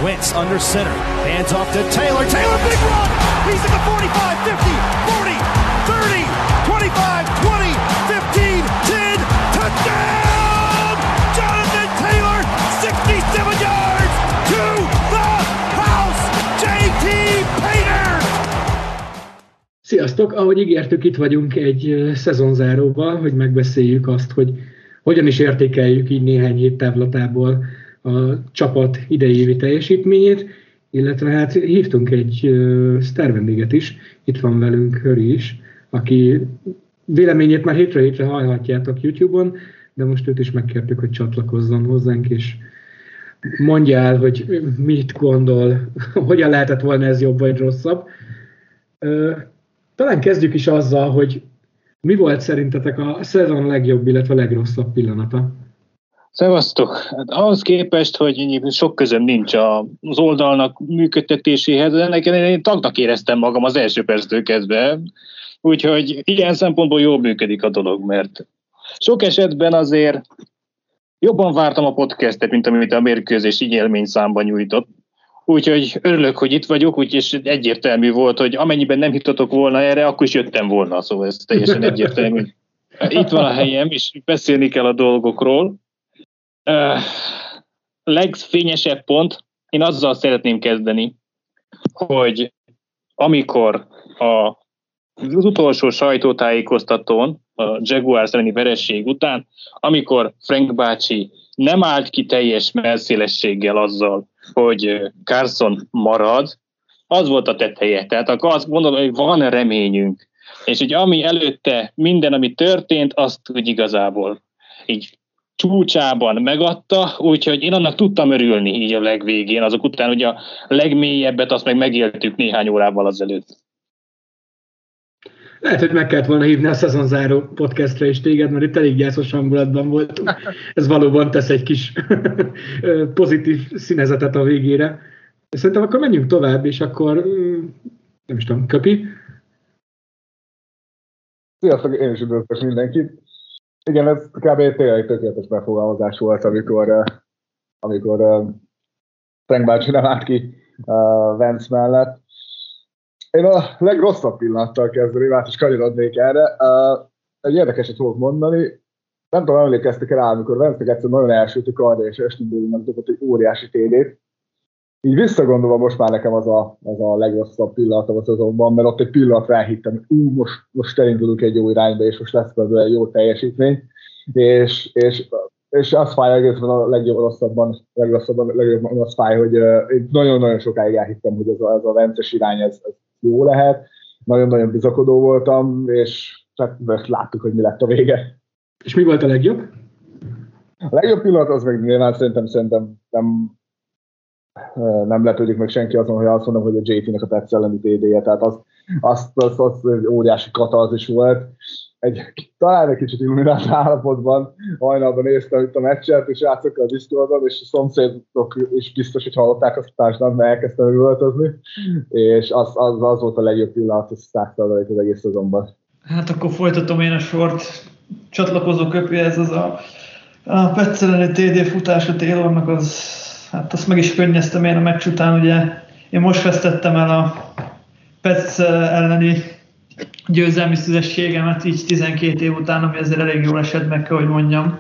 Wentz under center. Hands off to Taylor. Taylor, big run! He's at the 45, 50, 40, 30, 25, 20, 15, 10. Touchdown! Jonathan Taylor, 67 yards to the house! J.T. Painter! Sziasztok! Ahogy ígértük, itt vagyunk egy szezonzáróban, hogy megbeszéljük azt, hogy hogyan is értékeljük így néhány hét távlatából a csapat idei évi teljesítményét, illetve hát hívtunk egy sztárvendéget is, itt van velünk Höri is, aki véleményét már hétről hétre hallhatjátok YouTube-on, de most őt is megkértük, hogy csatlakozzon hozzánk, és mondja el, hogy mit gondol, hogyan lehetett volna ez jobb vagy rosszabb. Talán kezdjük is azzal, hogy mi volt szerintetek a szezon legjobb, illetve legrosszabb pillanata? Szevasztok! Hát ahhoz képest, hogy sok közöm nincs az oldalnak működtetéséhez, de nekem én tagnak éreztem magam az első perctől kezdve, úgyhogy ilyen szempontból jól működik a dolog, mert sok esetben azért jobban vártam a podcastet, mint amit a mérkőzés így élményszámban nyújtott. Úgyhogy örülök, hogy itt vagyok, és egyértelmű volt, hogy amennyiben nem hittatok volna erre, akkor is jöttem volna, szóval ez teljesen egyértelmű. Itt van a helyem, és beszélni kell a dolgokról. Legfényesebb pont, én azzal szeretném kezdeni, hogy amikor az utolsó sajtótájékoztatón, a Jaguars elleni vereség után, amikor Frank bácsi nem állt ki teljes mellszélességgel azzal, hogy Carson marad, az volt a teteje. Tehát akkor azt gondolom, hogy van reményünk. És hogy ami előtte minden, ami történt, azt úgy igazából így csúcsában megadta, úgyhogy én annak tudtam örülni így a legvégén, azok után, hogy a legmélyebbet azt meg megéltük néhány órával azelőtt. Lehet, hogy meg kellett volna hívni a szezonzáró podcastra is téged, mert itt elég gyászos hangulatban voltunk. Ez valóban tesz egy kis pozitív színezetet a végére. Szerintem akkor menjünk tovább, és akkor nem is tudom, Köpi? Sziasztok, én is üdvözlök mindenkit. Igen, ez kb. Tényleg tökéletes megfogalmazás volt, amikor Frank bácsi nem állt ki Wentz mellett. Én a legrosszabb pillanattal kezdeném, hát is kanyarodnék erre. Egy érdekeset fogok mondani. Nem tudom, emlékeztek rá, amikor Wentznek egyszer nagyon elsült a karja, és Östendőnek dobott egy óriási TD-t. Így visszagondolva most már nekem az a legrosszabb pillanat a szezonban, mert ott egy pillanatra elhittem, hogy most elindulunk egy jó irányba, és most lesz belőle egy jó teljesítmény. És az fáj egészen a legrosszabban az fáj, hogy én nagyon-nagyon sokáig elhittem, hogy ez a Wentzes irány ez jó lehet. Nagyon-nagyon bizakodó voltam, és most láttuk, hogy mi lett a vége. És mi volt a legjobb? A legjobb pillanat az meg nyilván szerintem nem lepődik meg senki azon, hogy azt mondom, hogy a JT-nek a Pets elleni TD-je, tehát az egy óriási katarzis volt. Talán egy kicsit illuminált állapotban hajnalban néztem itt a meccset, és játszokkal a Discordon, és a szomszédok is biztos, hogy hallották azt a társadalmat, mert elkezdtem üvöltözni, és az volt a legjobb pillanat, azt szálltam az egész szezonban. Hát akkor folytatom én a sort. Csatlakozó Köpihez, az a Pets elleni TD futás a Taylornak, hát azt meg is könnyeztem én a meccs után, ugye én most vesztettem el a Pets elleni győzelmi szüzességemet így 12 év után, ami ezért elég jól esett, meg kell, hogy mondjam.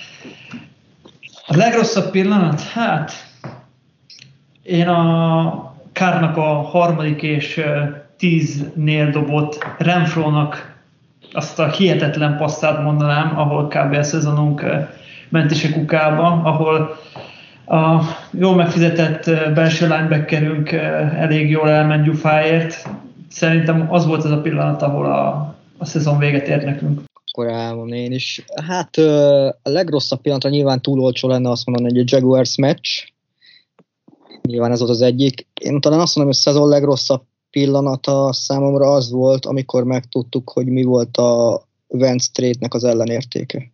A legrosszabb pillanat? Hát én a Carrnak a harmadik és 10-nél dobott Renfro-nak azt a hihetetlen passzát mondanám, ahol kb. A szezonunk ment is a kukába, ahol a jól megfizetett belső linebackerünk elég jól elment gyufáért. Szerintem az volt az a pillanat, ahol a szezon véget ért nekünk. Akkor elmondom én is. Hát a legrosszabb pillanatra nyilván túl olcsó lenne azt mondani, hogy a Jaguars meccs. Nyilván ez volt az egyik. Én talán azt mondom, hogy a szezon legrosszabb pillanata számomra az volt, amikor megtudtuk, hogy mi volt a Wentz trade-nek az ellenértéke.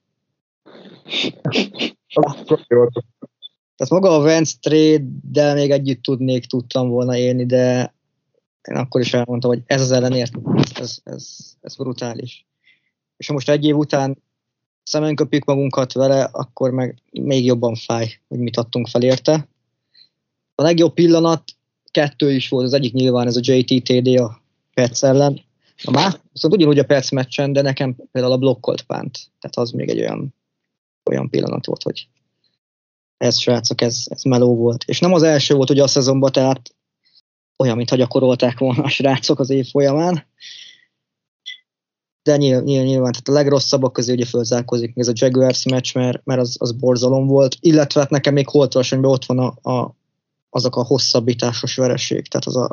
Tehát maga a Wentz trade-del még együtt tudtam volna élni, de én akkor is elmondtam, hogy ez az ellenérték, ez brutális. És ha most egy év után szemen köpjük magunkat vele, akkor meg még jobban fáj, hogy mit adtunk fel érte. A legjobb pillanat 2 is volt, az egyik nyilván ez a JTTD a Pets ellen. A más, viszont ugyanúgy a Pets meccsen, de nekem például a blokkolt pánt. Tehát az még egy olyan pillanat volt, hogy ez srácok, ez meló volt. És nem az első volt ugye a szezonban, tehát olyan, mintha gyakorolták volna a srácok az év folyamán. De nyilván, tehát a legrosszabbak közé ugye fölzárkozik ez a Jaguars meccs, mert az borzalom volt. Illetve hát nekem még Holt Rushingben ott van azok a hosszabbításos vereség. Tehát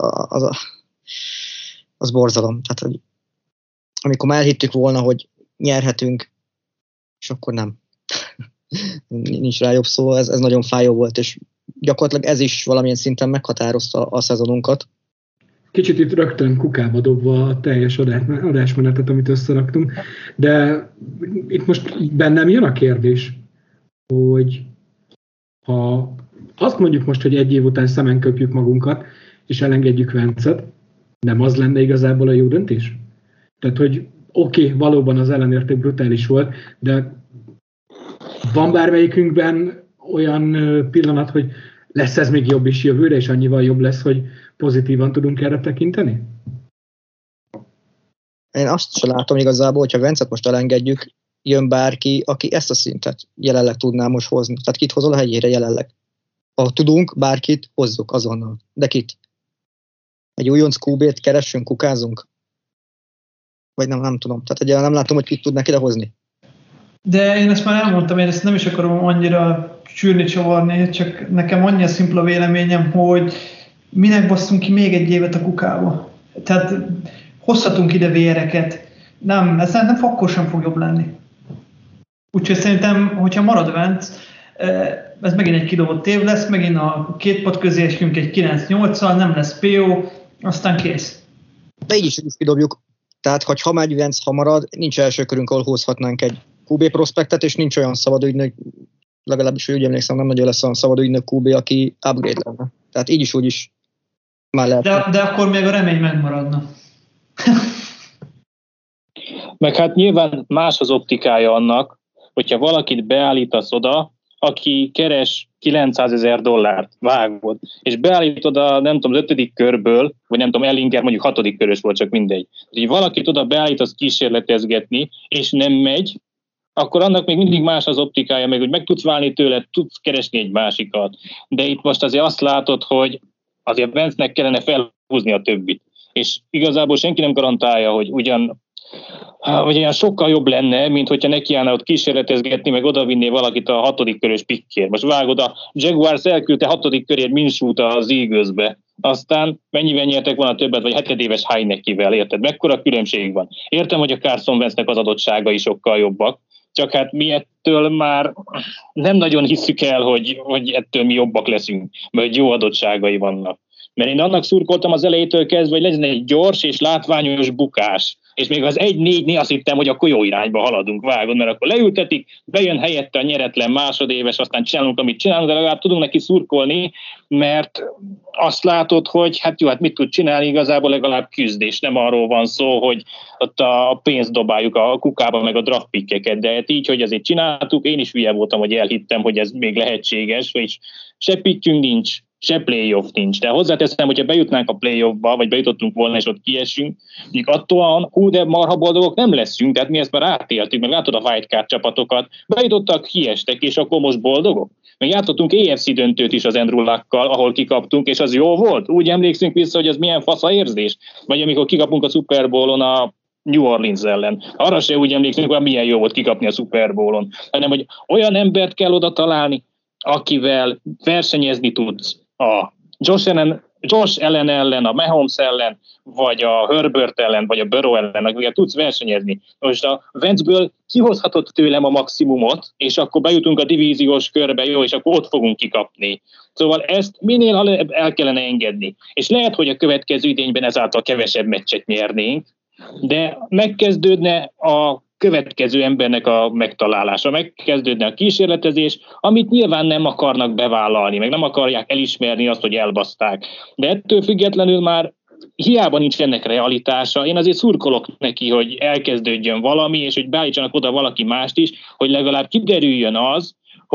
az borzalom. Tehát, hogy amikor már elhittük volna, hogy nyerhetünk, és akkor nem. Nincs rá jobb szó, ez nagyon fájó volt, és gyakorlatilag ez is valamilyen szinten meghatározta a szezonunkat. Kicsit itt rögtön kukába dobva a teljes adásmenetet, amit összeraktunk, de itt most bennem jön a kérdés, hogy ha azt mondjuk most, hogy egy év után szemen köpjük magunkat, és elengedjük Vencet, nem az lenne igazából a jó döntés? Tehát, hogy oké, valóban az ellenérték brutális volt, de van bármelyikünkben olyan pillanat, hogy lesz ez még jobb is jövőre, és annyival jobb lesz, hogy pozitívan tudunk erre tekinteni? Én azt sem látom igazából, hogyha Vencet most elengedjük, jön bárki, aki ezt a szintet jelenleg tudná most hozni. Tehát kit hozol a hegyére jelenleg? Ha tudunk, bárkit hozzuk azonnal. De kit? Egy újonc QB-t keressünk, kukázunk? Vagy nem tudom. Tehát egyáltalán nem látom, hogy kit tudnak ide hozni. De én ezt már elmondtam, én ezt nem is akarom annyira csűrni, csavarni, csak nekem annyi a szimpla véleményem, hogy minek basszunk ki még egy évet a kukába. Tehát hozhatunk ide VR-eket. Nem, ez nem akkor sem fog jobb lenni. Úgyhogy szerintem, hogyha marad Vence, ez megint egy kidobott év lesz, megint a két pad közé esünk egy 9-8-al, nem lesz PO, aztán kész. De így is kidobjuk. Tehát, ha megy Vence, ha marad, nincs első körünk, ahol hozhatnánk egy QB prospektet, és nincs olyan szabad ügynök, legalábbis úgy emlékszem, nem nagyon lesz olyan szabad ügynök QB, aki upgrade lenne. Tehát így is úgy is már lehet. De akkor még a remény megmaradna. Meg hát nyilván más az optikája annak, hogyha valakit beállítasz oda, aki keres $900,000, vágod, és beállítod a, nem tudom, az 5. körből, vagy nem tudom, Ellinger mondjuk 6. körös volt, csak mindegy. Hogy valakit oda beállítasz kísérletezgetni, és nem megy, akkor annak még mindig más az optikája, meg hogy meg tudsz válni tőle, tudsz keresni egy másikat. De itt most azért azt látod, hogy azért Vence-nek kellene felhúzni a többit. És igazából senki nem garantálja, hogy vagy olyan sokkal jobb lenne, mint hogyha nekiállna ott kísérletezgetni, meg odavinné valakit a 6. körös pikkért. Most vágod, a Jaguars elküldte 6. körért Minshewt az Eaglesbe. Aztán mennyivel nyertek volna többet, vagy 7 éves Heinekivel, érted? Mekkora különbség van? Értem, hogy a Carson Wentz-nek az adottságai sokkal jobbak, csak hát mi ettől már nem nagyon hisszük el, hogy ettől mi jobbak leszünk, mert jó adottságai vannak. Mert én annak szurkoltam az elejétől kezdve, hogy legyen egy gyors és látványos bukás. És még az 1-4-nél azt hittem, hogy akkor jó irányba haladunk, vágod, mert akkor leültetik, bejön helyette a nyeretlen másodéves, aztán csinálunk, amit csinálunk, de legalább tudunk neki szurkolni, mert azt látod, hogy hát jó, hát mit tud csinálni, igazából legalább küzd, és nem arról van szó, hogy ott a pénzt dobáljuk a kukába, meg a draft pickeket, de hát így, hogy azért csináltuk, én is hülye voltam, hogy elhittem, hogy ez még lehetséges, és se pickünk nincs, se playoff nincs. De hozzáteszem, hogyha bejutnánk a playoffba, vagy bejutottunk volna, és ott kiesünk, mondjuk attól, de marha boldogok nem leszünk, tehát mi ezt már átéltük, meg látod a wildcard csapatokat, bejutottak, kiestek, és akkor most boldogok. Meg játszottunk EFC döntőt is az Andrew Luck-kal, ahol kikaptunk, és az jó volt. Úgy emlékszünk vissza, hogy ez milyen fasza érzés. Vagy amikor kikapunk a Super Bowl-on a New Orleans ellen. Arra se úgy emlékszünk, hogy milyen jó volt kikapni a Super Bowl-on, hanem hogy olyan embert kell oda találni, akivel versenyezni tudsz. A Josh Allen ellen, a Mahomes ellen, vagy a Herbert ellen, vagy a Burrow ellen, akivel tudsz versenyezni. Most a Venceből kihozhatod tőlem a maximumot, és akkor bejutunk a divíziós körbe, jó, és akkor ott fogunk kikapni. Szóval ezt minél el kellene engedni. És lehet, hogy a következő idényben ezáltal kevesebb meccset nyernénk, de megkezdődne a következő embernek a megtalálása, megkezdődne a kísérletezés, amit nyilván nem akarnak bevállalni, meg nem akarják elismerni azt, hogy elbaszták. De ettől függetlenül már hiába nincs ennek realitása, én azért szurkolok neki, hogy elkezdődjön valami, és hogy beállítsanak oda valaki mást is, hogy legalább kiderüljön az, hogy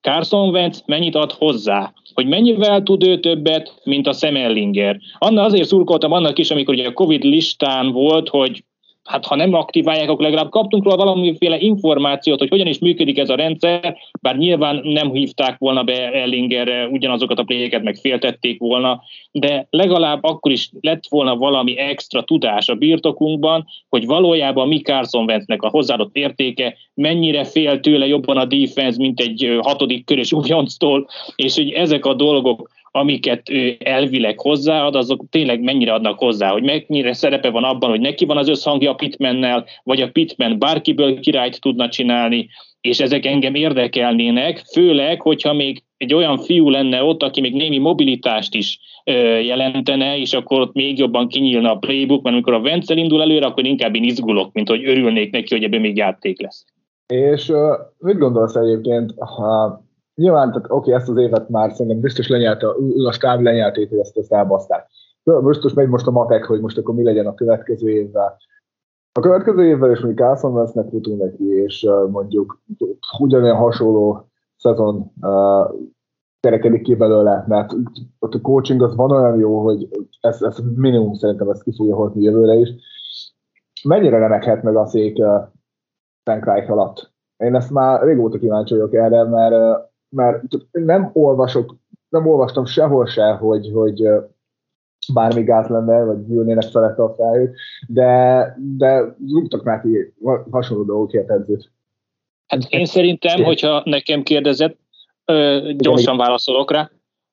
Carson Wentz mennyit ad hozzá, hogy mennyivel tud ő többet, mint a Sam Ehlinger. Azért szurkoltam annak is, amikor ugye a Covid listán volt, hogy hát ha nem aktiválják, akkor legalább kaptunk róla valamiféle információt, hogy hogyan is működik ez a rendszer, bár nyilván nem hívták volna be Ehlingerre ugyanazokat a playeket, meg féltették volna, de legalább akkor is lett volna valami extra tudás a birtokunkban, hogy valójában mi Carson Wentznek a hozzáadott értéke, mennyire fél tőle jobban a defense, mint egy 6. körös újonctól, és hogy ezek a dolgok, amiket ő elvileg hozzáad, azok tényleg mennyire adnak hozzá, hogy mennyire szerepe van abban, hogy neki van az összhangja a Pittmannel, vagy a Pittman bárkiből királyt tudna csinálni, és ezek engem érdekelnének, főleg, hogyha még egy olyan fiú lenne ott, aki még némi mobilitást is jelentene, és akkor ott még jobban kinyílna a playbook, mert amikor a Wentzel indul előre, akkor inkább én izgulok, mint hogy örülnék neki, hogy ebből még játék lesz. És mit gondolsz egyébként, ha nyilván, tehát oké, ezt az évet már szerintem biztos lenyelte, a stáb lenyelték, hogy ezt elbaszták. Biztos megy most a matek, hogy most akkor mi legyen a következő évvel. A következő évvel is mondjuk Carson Wentznek futunk neki, és mondjuk ugyanolyan hasonló szezon kerekedik ki belőle, mert ott a coaching az van olyan jó, hogy ez minimum szerintem ezt ki fogja hozni jövőre is. Mennyire remeghet meg a szék Frank Reich alatt? Én ezt már régóta kíváncsi vagyok erre, mert nem olvastam sehol se, hogy bármi gáz lenne, vagy gyűlnének felette a fejük, de rúgtak már ki hasonló dolgokért edzőt. Hát én szerintem, hogyha nekem kérdezett, gyorsan válaszolok rá.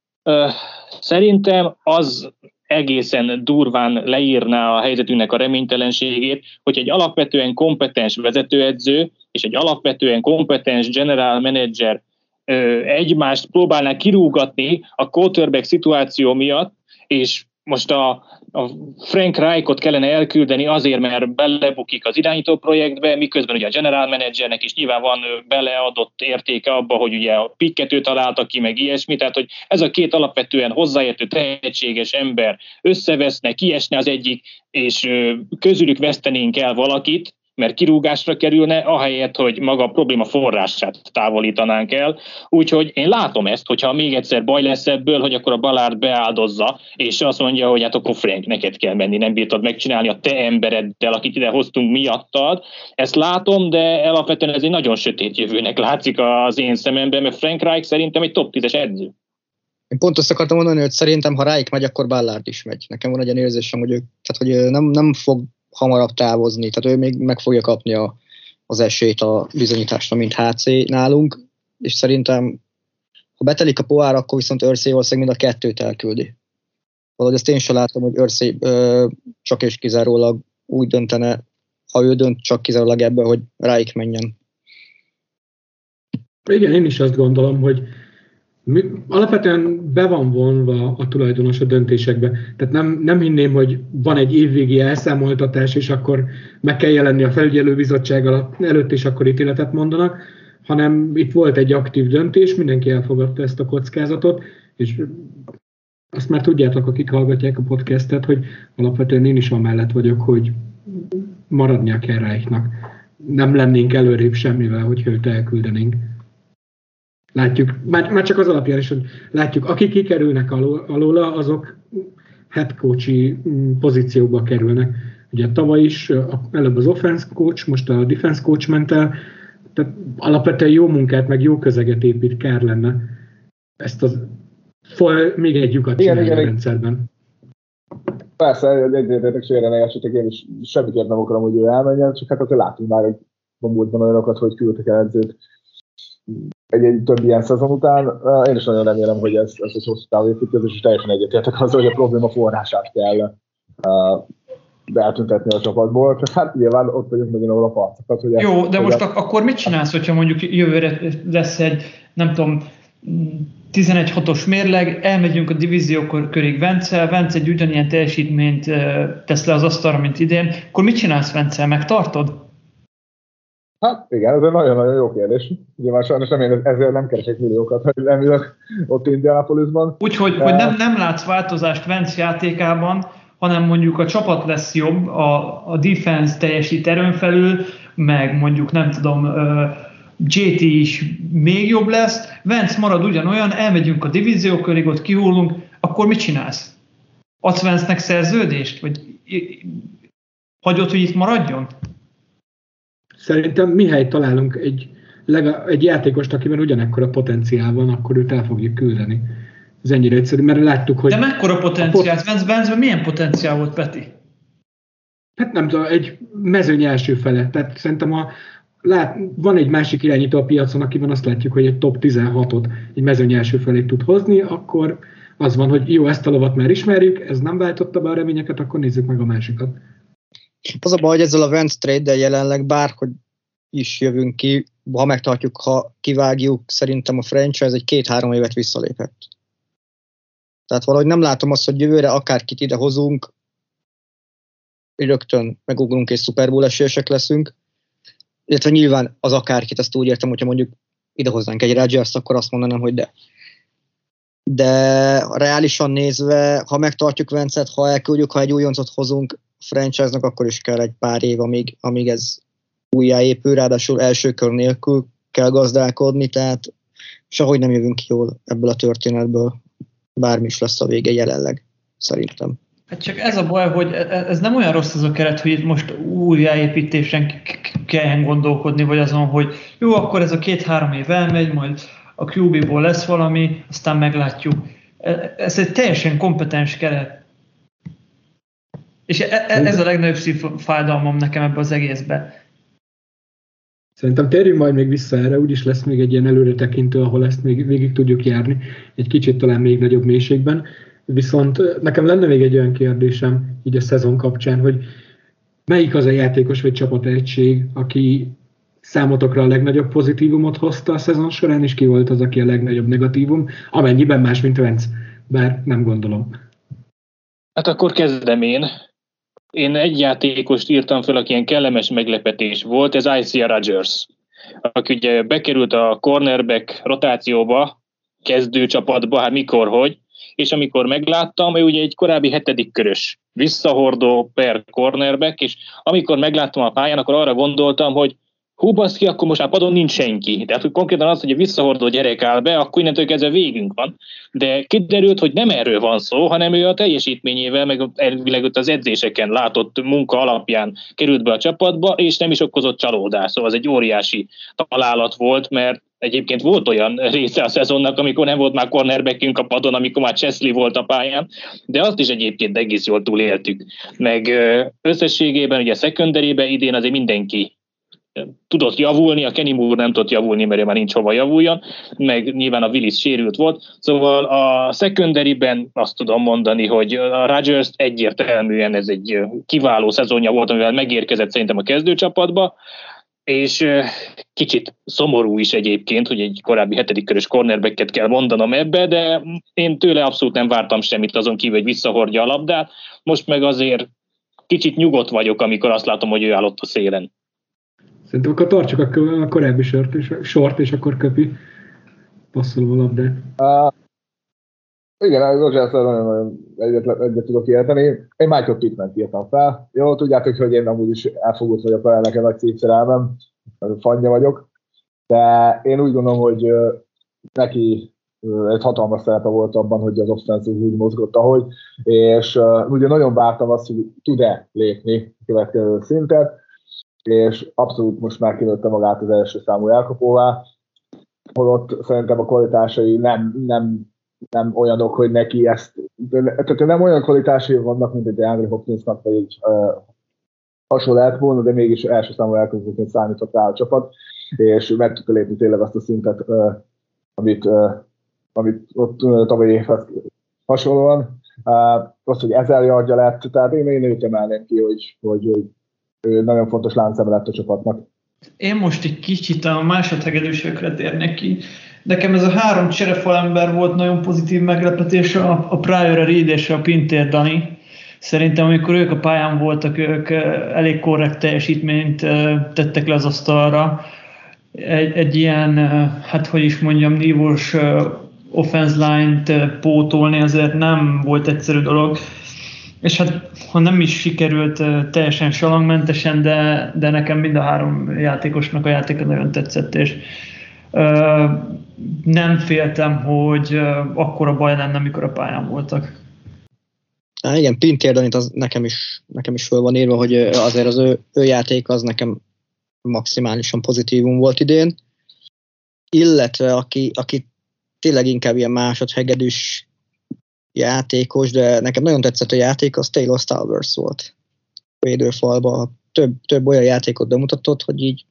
Szerintem az egészen durván leírná a helyzetünknek a reménytelenségét, hogy egy alapvetően kompetens vezetőedző és egy alapvetően kompetens general manager egymást próbálná kirúgatni a quarterback szituáció miatt, és most a Frank Reichot kellene elküldeni azért, mert belebukik az irányító projektbe, miközben ugye a general managernek is nyilván van beleadott értéke abba, hogy ugye a picket ő találta ki, meg ilyesmi, tehát hogy ez a két alapvetően hozzáértő, tehetséges ember összeveszne, kiesne az egyik, és közülük vesztenénk el valakit, mert kirúgásra kerülne, ahelyett, hogy maga a probléma forrását távolítanánk el. Úgyhogy én látom ezt, hogyha még egyszer baj lesz ebből, hogy akkor a Ballard beáldozza, és azt mondja, hogy hát akkor Frank, neked kell menni, nem bírtad megcsinálni a te embereddel, akit ide hoztunk miattad. Ezt látom, de alapvetően ez egy nagyon sötét jövőnek látszik az én szememben, mert Frank Reich szerintem egy top 10-es edző. Én pont azt akartam mondani, hogy szerintem, ha Reich megy, akkor Ballard is megy. Nekem van egy olyan érzésem, hogy ő nem fog hamarabb távozni, tehát ő még meg fogja kapni az esélyt a bizonyításra, mint HC nálunk, és szerintem, ha betelik a pohár, akkor viszont Irsay valószínűleg mind a kettőt elküldi. Valahogy ezt én sem látom, hogy Irsay csak és kizárólag úgy döntene, ha ő dönt csak kizárólag ebből, hogy Reich menjen. Igen, én is azt gondolom, hogy alapvetően be van vonva a tulajdonos a döntésekbe. Tehát nem hinném, hogy van egy évvégi elszámoltatás, és akkor meg kell jelenni a felügyelőbizottság előtt, és akkor ítéletet mondanak, hanem itt volt egy aktív döntés, mindenki elfogadta ezt a kockázatot, és azt már tudjátok, akik hallgatják a podcastet, hogy alapvetően én is amellett vagyok, hogy maradnia kell Reichnak. Nem lennénk előrébb semmivel, hogyha őt elküldenénk. Látjuk, már csak az alapján is, hogy látjuk, akik kikerülnek alóla, azok head coachi pozícióba kerülnek. Ugye tavaly is előbb az offense coach, most a defense coach ment el, tehát alapvetően jó munkát, meg jó közeget épít, kár lenne ezt még egy lyukat csinálni a rendszerben. Persze, egyébként sérre ne esetek, én is semmiképp nem akarom, hogy ő elmenjen, csak hát akkor látunk már egy múltban olyanokat, hogy küldtek el edzőt egy több ilyen szezon után. Én is nagyon remélem, hogy ez egy hosszú távú építkezés, és teljesen egyetértek azzal, hogy a probléma forrását kell eltüntetni a csapatból. Csak hát nyilván ott vagyunk megint ahol a parcokat. Hogy jó, de most akkor mit csinálsz, hogyha mondjuk jövőre lesz egy, nem tudom, 11-6-os mérleg, elmegyünk a divízió körig Vence egy ugyanilyen teljesítményt tesz le az asztalra, mint idén, akkor mit csinálsz Vence, megtartod? Hát igen, ez egy nagyon-nagyon jó kérdés. Ugye már sajnos ezért nem keresek milliókat, hogy nem ülök ott Indianapolisban. Úgyhogy nem látsz változást Vence játékában, hanem mondjuk a csapat lesz jobb, a defense teljesít erőn felül, meg mondjuk nem tudom, JT is még jobb lesz, Vance marad ugyanolyan, elmegyünk a divíziókörig, ott kihullunk, akkor mit csinálsz? Adsz Vance-nek szerződést? Vagy hagyod, hogy itt maradjon? Szerintem mihelyt találunk egy játékost, akiben ugyanekkora potenciál van, akkor őt el fogjuk küldeni. Ez ennyire egyszerű, mert láttuk, hogy... De mekkora potenciál? Vance-ben milyen potenciál volt, Peti? Hát nem tudom, egy mezőny első fele. Tehát szerintem van egy másik irányító a piacon, akiben azt látjuk, hogy egy top 16-ot egy mezőny első felé tud hozni, akkor az van, hogy jó, ezt a lovat már ismerjük, ez nem váltotta be a reményeket, akkor nézzük meg a másikat. Az a baj, hogy ezzel a Vance trade-del jelenleg bárhogy is jövünk ki, ha megtartjuk, ha kivágjuk, szerintem a franchise egy 2-3 évet visszalépett. Tehát valahogy nem látom azt, hogy jövőre akárkit ide hozunk, rögtön megugrunk és Super Bowl esélyesek leszünk. Illetve nyilván az akárkit, azt úgy értem, hogyha mondjuk idehoznánk egy Rodgers, akkor azt mondanám, hogy de. De reálisan nézve, ha megtartjuk Vance-et, ha elküldjük, ha egy újoncot hozunk franchise-nak, akkor is kell egy pár év, amíg ez újjáépül, ráadásul első kör nélkül kell gazdálkodni, tehát sehogy nem jövünk ki jól ebből a történetből. Bármi is lesz a vége jelenleg, szerintem. Hát csak ez a baj, hogy ez nem olyan rossz az a keret, hogy itt most újjáépítésen kelljen gondolkodni, vagy azon, hogy jó, akkor ez a 2-3 év elmegy, majd a QB-ból lesz valami, aztán meglátjuk. Ez egy teljesen kompetens keret. És ez a legnagyobb szívfájdalmam nekem ebbe az egészbe. Szerintem térjünk majd még vissza erre, úgyis lesz még egy ilyen előretekintő, ahol ezt még végig tudjuk járni, egy kicsit talán még nagyobb mélységben. Viszont nekem lenne még egy olyan kérdésem így a szezon kapcsán, hogy melyik az a játékos vagy csapategység, aki számotokra a legnagyobb pozitívumot hozta a szezon során, és ki volt az, aki a legnagyobb negatívum, amennyiben más, mint Vance, bár nem gondolom. Hát akkor kezdem én. Én egy játékost írtam fel, aki ilyen kellemes meglepetés volt, ez Isaiah Rodgers, aki ugye bekerült a cornerback rotációba, kezdőcsapatba, hát mikor, hogy, és amikor megláttam, ő ugye egy korábbi 7. körös visszahordó per cornerback, és amikor megláttam a pályán, akkor arra gondoltam, hogy hú, baszki, akkor most már padon nincs senki. Tehát hogy konkrétan az, hogy a visszahordó gyerek áll be, akkor innentől kezdve végünk van. De kiderült, hogy nem erről van szó, hanem ő a teljesítményével, meg elvileg ott az edzéseken látott munka alapján került be a csapatba, és nem is okozott csalódást. Szóval az egy óriási találat volt, mert egyébként volt olyan része a szezonnak, amikor nem volt már cornerbackünk a padon, amikor már Chesley volt a pályán, de azt is egyébként egész jól túléltük. Meg összességében ugye a secondary-ben idén azért mindenki tudott javulni, a Kenny Moore nem tudott javulni, mert már nincs hova javuljon, meg nyilván a Willis sérült volt. Szóval a secondary-ben azt tudom mondani, hogy a Rodgers egyértelműen ez egy kiváló szezonja volt, amivel megérkezett szerintem a kezdőcsapatba, és kicsit szomorú is egyébként, hogy egy korábbi 7. körös cornerbacket kell mondanom ebbe, de én tőle abszolút nem vártam semmit azon kívül, hogy visszahordja a labdát. Most meg azért kicsit nyugodt vagyok, amikor azt látom, hogy ő áll ott a szélen. Szerintem akkor tartsuk a korábbi sort, és akkor Köpi passzoló labdát. Igen, Rodgers-szel nagyon egyet tudok érteni. Én Michael Pittman-t írtam fel. Jó, tudjátok, hogy én amúgy is elfogult vagyok vele, nekem nagy szívszerelmem, fanja vagyok. De én úgy gondolom, hogy neki egy hatalmas szerepe volt abban, hogy az offensive úgy mozgott, ahogy, és ugye nagyon vártam azt, hogy tud-e lépni a következő szintet, és abszolút most már kinőtte magát az első számú elkapóvá, holott szerintem a kvalitásai nem olyanok, hogy neki ezt, tehát nem olyan kvalitásai vannak, mint egy DeAndre Hopkinsnak, vagy egy hasonló lehet volna, de mégis első számú elkapóként számított rá a csapat, és meg tudta lépni tényleg azt a szintet, amit ott tavalyi évhez hasonlóan. Az, hogy 1000 yardja lett, tehát én őt emelném ki, hogy ő nagyon fontos láncszeme lett a csapatnak. Én most egy kicsit a másodhegedűsökre térnek ki. Nekem ez a 3 cserefalember volt nagyon pozitív meglepetés, a Pryor, a Reed és a Pinter Dani. Szerintem, amikor ők a pályán voltak, ők elég korrekt teljesítményt tettek le az asztalra. Egy ilyen, hát hogy is mondjam, nívós offense line-t pótolni azért nem volt egyszerű dolog. És hát, ha nem is sikerült teljesen salangmentesen, de nekem mind a három játékosnak a játéka nagyon tetszett, és nem féltem, hogy akkora baj lenne, amikor a pályán voltak. Igen, Pintér Danit az nekem is föl van írva, hogy azért az ő játék az nekem maximálisan pozitívum volt idén. Illetve aki tényleg inkább ilyen másodhegedűs játékos, de nekem nagyon tetszett a játék, az Taylor Stalvers volt. Védőfalba több olyan játékot bemutatott, hogy így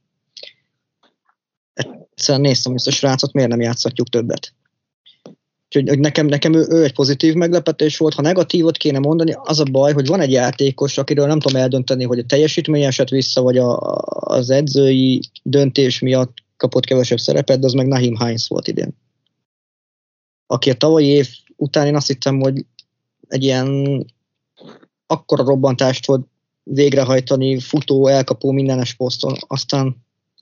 egyszerűen néztem ezt a srácot, miért nem játszhatjuk többet. Úgyhogy nekem ő egy pozitív meglepetés volt. Ha negatívot kéne mondani, az a baj, hogy van egy játékos, akiről nem tudom eldönteni, hogy a teljesítmény esett vissza, vagy az edzői döntés miatt kapott kevesebb szerepet, de az meg Naheem Hines volt idén. Aki a tavalyi év után én azt hittem, hogy egy ilyen akkora robbantást fog végrehajtani, futó, elkapó mindenes poszton, aztán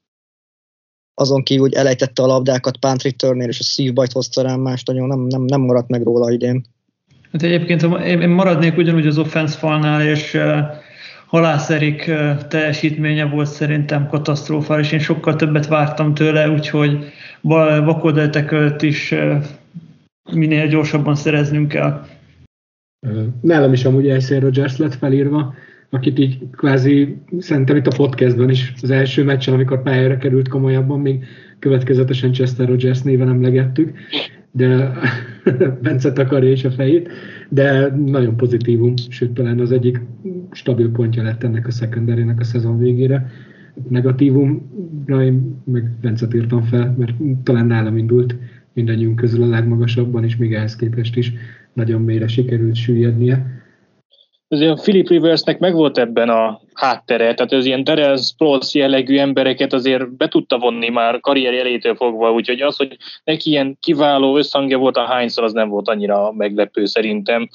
azon kívül, hogy elejtette a labdákat punt returnnél, és a szívbajt hozta rám, más nagyon nem maradt meg róla idén. Hát egyébként én maradnék ugyanúgy az offense falnál, és Halász Erik teljesítménye volt szerintem katasztrofális, én sokkal többet vártam tőle, úgyhogy vakodeltekört is minél gyorsabban szereznünk kell. Nálam is amúgy Aaron Rodgers lett felírva, akit így kvázi szerintem itt a podcastban is az első meccsen, amikor pályára került komolyabban, még következetesen Chester Rogers néven emlegettük, de Bence takarja is a fejét, de nagyon pozitívum, sőt talán az egyik stabil pontja lett ennek a secondary-nek a szezon végére. Negatívumra én meg Bencet írtam fel, mert talán nálam indult mindannyiunk közül a legmagasabban, és még ehhez képest is nagyon mélyre sikerült süllyednie. Azért Philip Riversnek megvolt ebben a háttere, tehát az ilyen Darrell Sproles jellegű embereket azért be tudta vonni már karrier elétől fogva, úgyhogy az, hogy neki ilyen kiváló összhangja volt a Heinz-szal, az nem volt annyira meglepő szerintem.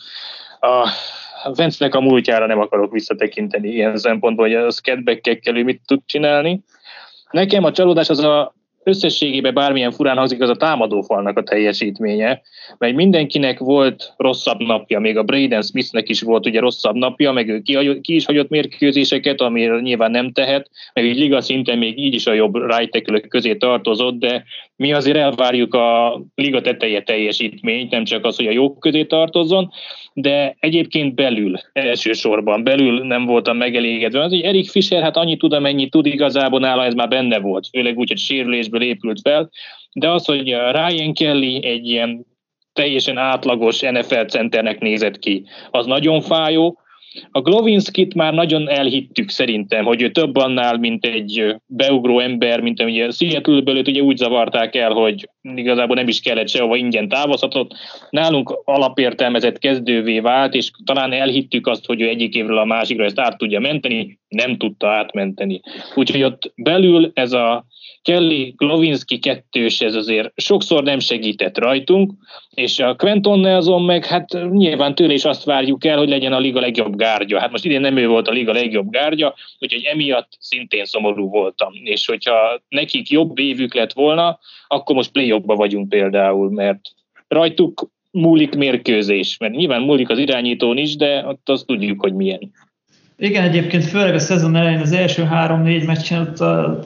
A Vance-nek a múltjára nem akarok visszatekinteni ilyen szempontból, hogy a scatback-ekkel ő mit tud csinálni. Nekem a csalódás az a összességében bármilyen furán hangzik, az a támadófalnak a teljesítménye, mert mindenkinek volt rosszabb napja, még a Braden Smithnek is volt ugye rosszabb napja, meg ő ki is hagyott mérkőzéseket, amire nyilván nem tehet, meg így liga szinten még így is a jobb right tackle-ök közé tartozott, de mi azért elvárjuk a liga teteje teljesítményt, nem csak az, hogy a jók közé tartozzon, de egyébként elsősorban belül nem voltam megelégedve. Az, hogy Eric Fisher, hát annyit tud, amennyit tud, igazából nála ez már benne volt, főleg úgy, hogy sérülésből épült fel, de az, hogy Ryan Kelly egy ilyen teljesen átlagos NFL centernek nézett ki, az nagyon fájó. A Glowinskit már nagyon elhittük szerintem, hogy ő több annál, mint egy beugró ember, mint ugye Seattle-ből őt ugye úgy zavarták el, hogy igazából nem is kellett sehova, ingyen távozhatott. Nálunk alapértelmezett kezdővé vált, és talán elhittük azt, hogy ő egyik évről a másikra ezt át tudja menteni, nem tudta átmenteni. Úgyhogy ott belül ez a Kelly Glowinski kettős, ez azért sokszor nem segített rajtunk, és a Quentin Nelson meg hát nyilván tőle is azt várjuk el, hogy legyen a liga legjobb gárdja. Hát most idén nem ő volt a liga legjobb gárdja, úgyhogy emiatt szintén szomorú voltam. És hogyha nekik jobb évük lett volna, akkor most play-offba vagyunk például, mert rajtuk múlik mérkőzés, mert nyilván múlik az irányítón is, de ott azt tudjuk, hogy milyen. Igen, egyébként főleg a szezon elején az első 3-4 meccsen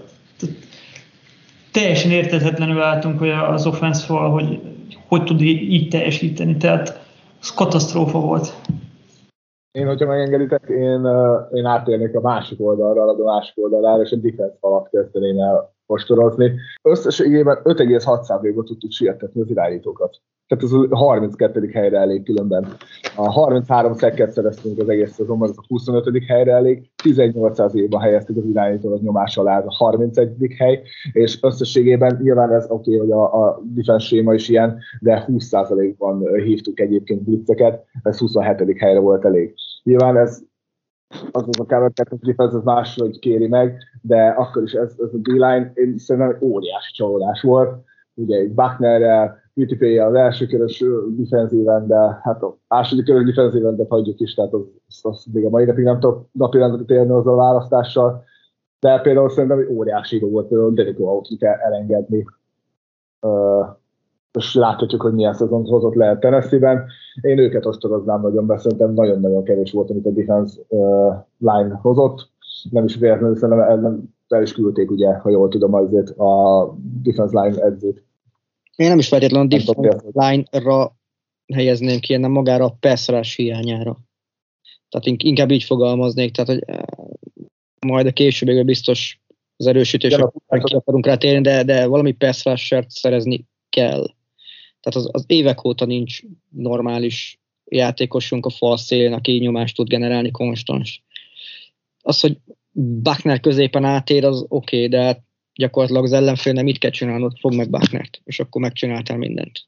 teljesen érthetetlenül álltunk, hogy az offense fal, hogy tud így teljesíteni, tehát ez katasztrófa volt. Én, hogyha megengeditek, én átérnék a másik oldalra, a másik oldalára, és a defense falat kezdeném el postorozni. Összességében 5,6%-ot tudtuk sietetni az irányítókat. Tehát ez a 32. helyre elég különben. A 33 szekket szereztünk az egész szezonban, ez a 25. helyre elég. 18%-ban helyeztük az irányítókat nyomás alá, a 31. hely, és összességében nyilván ez oké, hogy a defense séma is ilyen, de 20%-ban hívtuk egyébként blitzeket, ez 27. helyre volt elég. Nyilván ez az a cover defense, ez máshogy kéri meg, de akkor is ez a D-line, én szerintem egy óriási csalódás volt. Ugye egy Bucknerrel, UTP-jel az első körös defenzíven, de hát a második körös defenzíven, de hagyjuk is, tehát az még a mai napig nem tudok napirendre térni azzal a választással. De például szerintem egy óriási dolog volt, például Denico Autry kell elengedni. és láthatjuk, hogy milyen szezont hozott le Tennessee-ben. Én őket ostoroznám nagyon, mert szerintem nagyon-nagyon kevés volt, amit a defense line hozott. Nem is véletlenül, szerintem el is küldték, ugye, ha jól tudom, azért a defense line edzőt. Én nem is feltétlenül a defense line-ra helyezném ki, hanem magára a pass rush hiányára. Tehát inkább így fogalmaznék, tehát hogy majd a később biztos az erősítésre ki akarunk rá térni, de valami pass rushert szerezni kell. Tehát az évek óta nincs normális játékosunk a fal szélén, aki nyomást tud generálni konstans. Az, hogy Buckner középen átér, az oké, de hát gyakorlatilag az ellenfélnek mit kell csinálnod, fog meg Bucknert, és akkor megcsináltál mindent.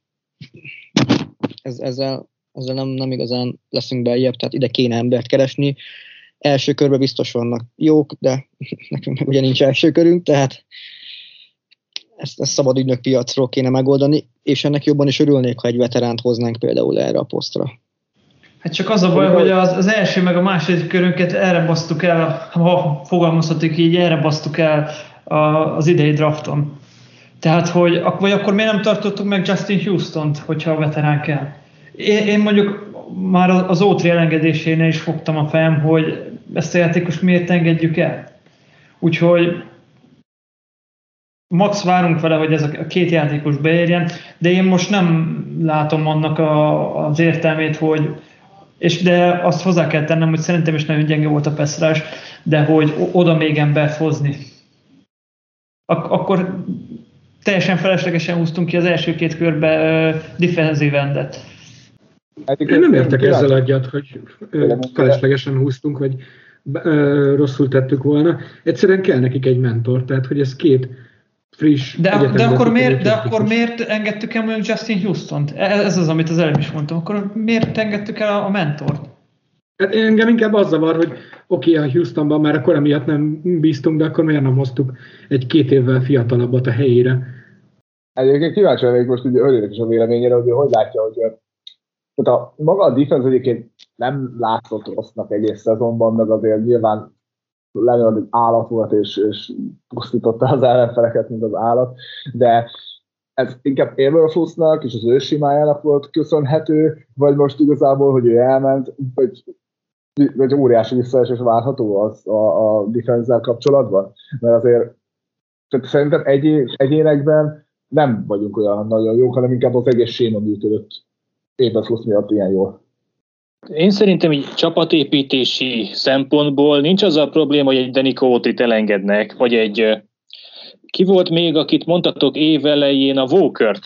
Ezzel nem igazán leszünk beljebb, tehát ide kéne embert keresni. Első körben biztos vannak jók, de nekünk meg ugye nincs első körünk, tehát ezt szabad ügynök piacról kéne megoldani, és ennek jobban is örülnék, ha egy veteránt hoznánk például erre a posztra. Hát csak az a baj, hogy az első meg a második körünket erre basztuk el, ha fogalmazhatik így, erre basztuk el az idei drafton. Tehát, vagy akkor miért nem tartottuk meg Justin Houstont, hogyha a veterán kell? Én mondjuk már az O3 elengedésénél is fogtam a fejem, hogy ezt a játékos miért engedjük el. Úgyhogy max várunk vele, hogy ez a két játékos beérjen, de én most nem látom annak az értelmét, de azt hozzá kell tennem, hogy szerintem is nagyon gyenge volt a pass rush, de hogy oda még embert hozni. Akkor teljesen feleslegesen húztunk ki az első két körbe defensive endet. Én nem értek ezzel egyet, hogy feleslegesen húztunk, vagy rosszul tettük volna. Egyszerűen kell nekik egy mentor, tehát hogy ez két friss... De akkor miért engedtük el mondjuk Justin Houstont? Ez az, amit az előbb is mondtam. Akkor miért engedtük el a mentort? Hát engem inkább az zavar, hogy oké, a Houstonban már a kora miatt nem bíztunk, de akkor miért nem hoztuk egy 2 évvel fiatalabbat a helyére? Egyébként kíváncsi lennék most ugye Ölének is a véleményére, hogy látja, hogy maga a defense egyébként nem látszott rossznak egész szezonban, meg azért nyilván Leonard egy állat volt, és pusztította az ellenfeleket, mint az állat, de ez inkább Eberflussnak és az ő simájának volt köszönhető, vagy most igazából, hogy ő elment, vagy óriási visszaesés várható a defense-zel kapcsolatban? Mert azért szerintem egyénekben nem vagyunk olyan nagyon jók, hanem inkább az egész séma működött Eberfluss miatt ilyen jól. Én szerintem így csapatépítési szempontból nincs az a probléma, hogy egy Denico Autryt elengednek, vagy egy ki volt még, akit mondtatok évelején, a Walkert,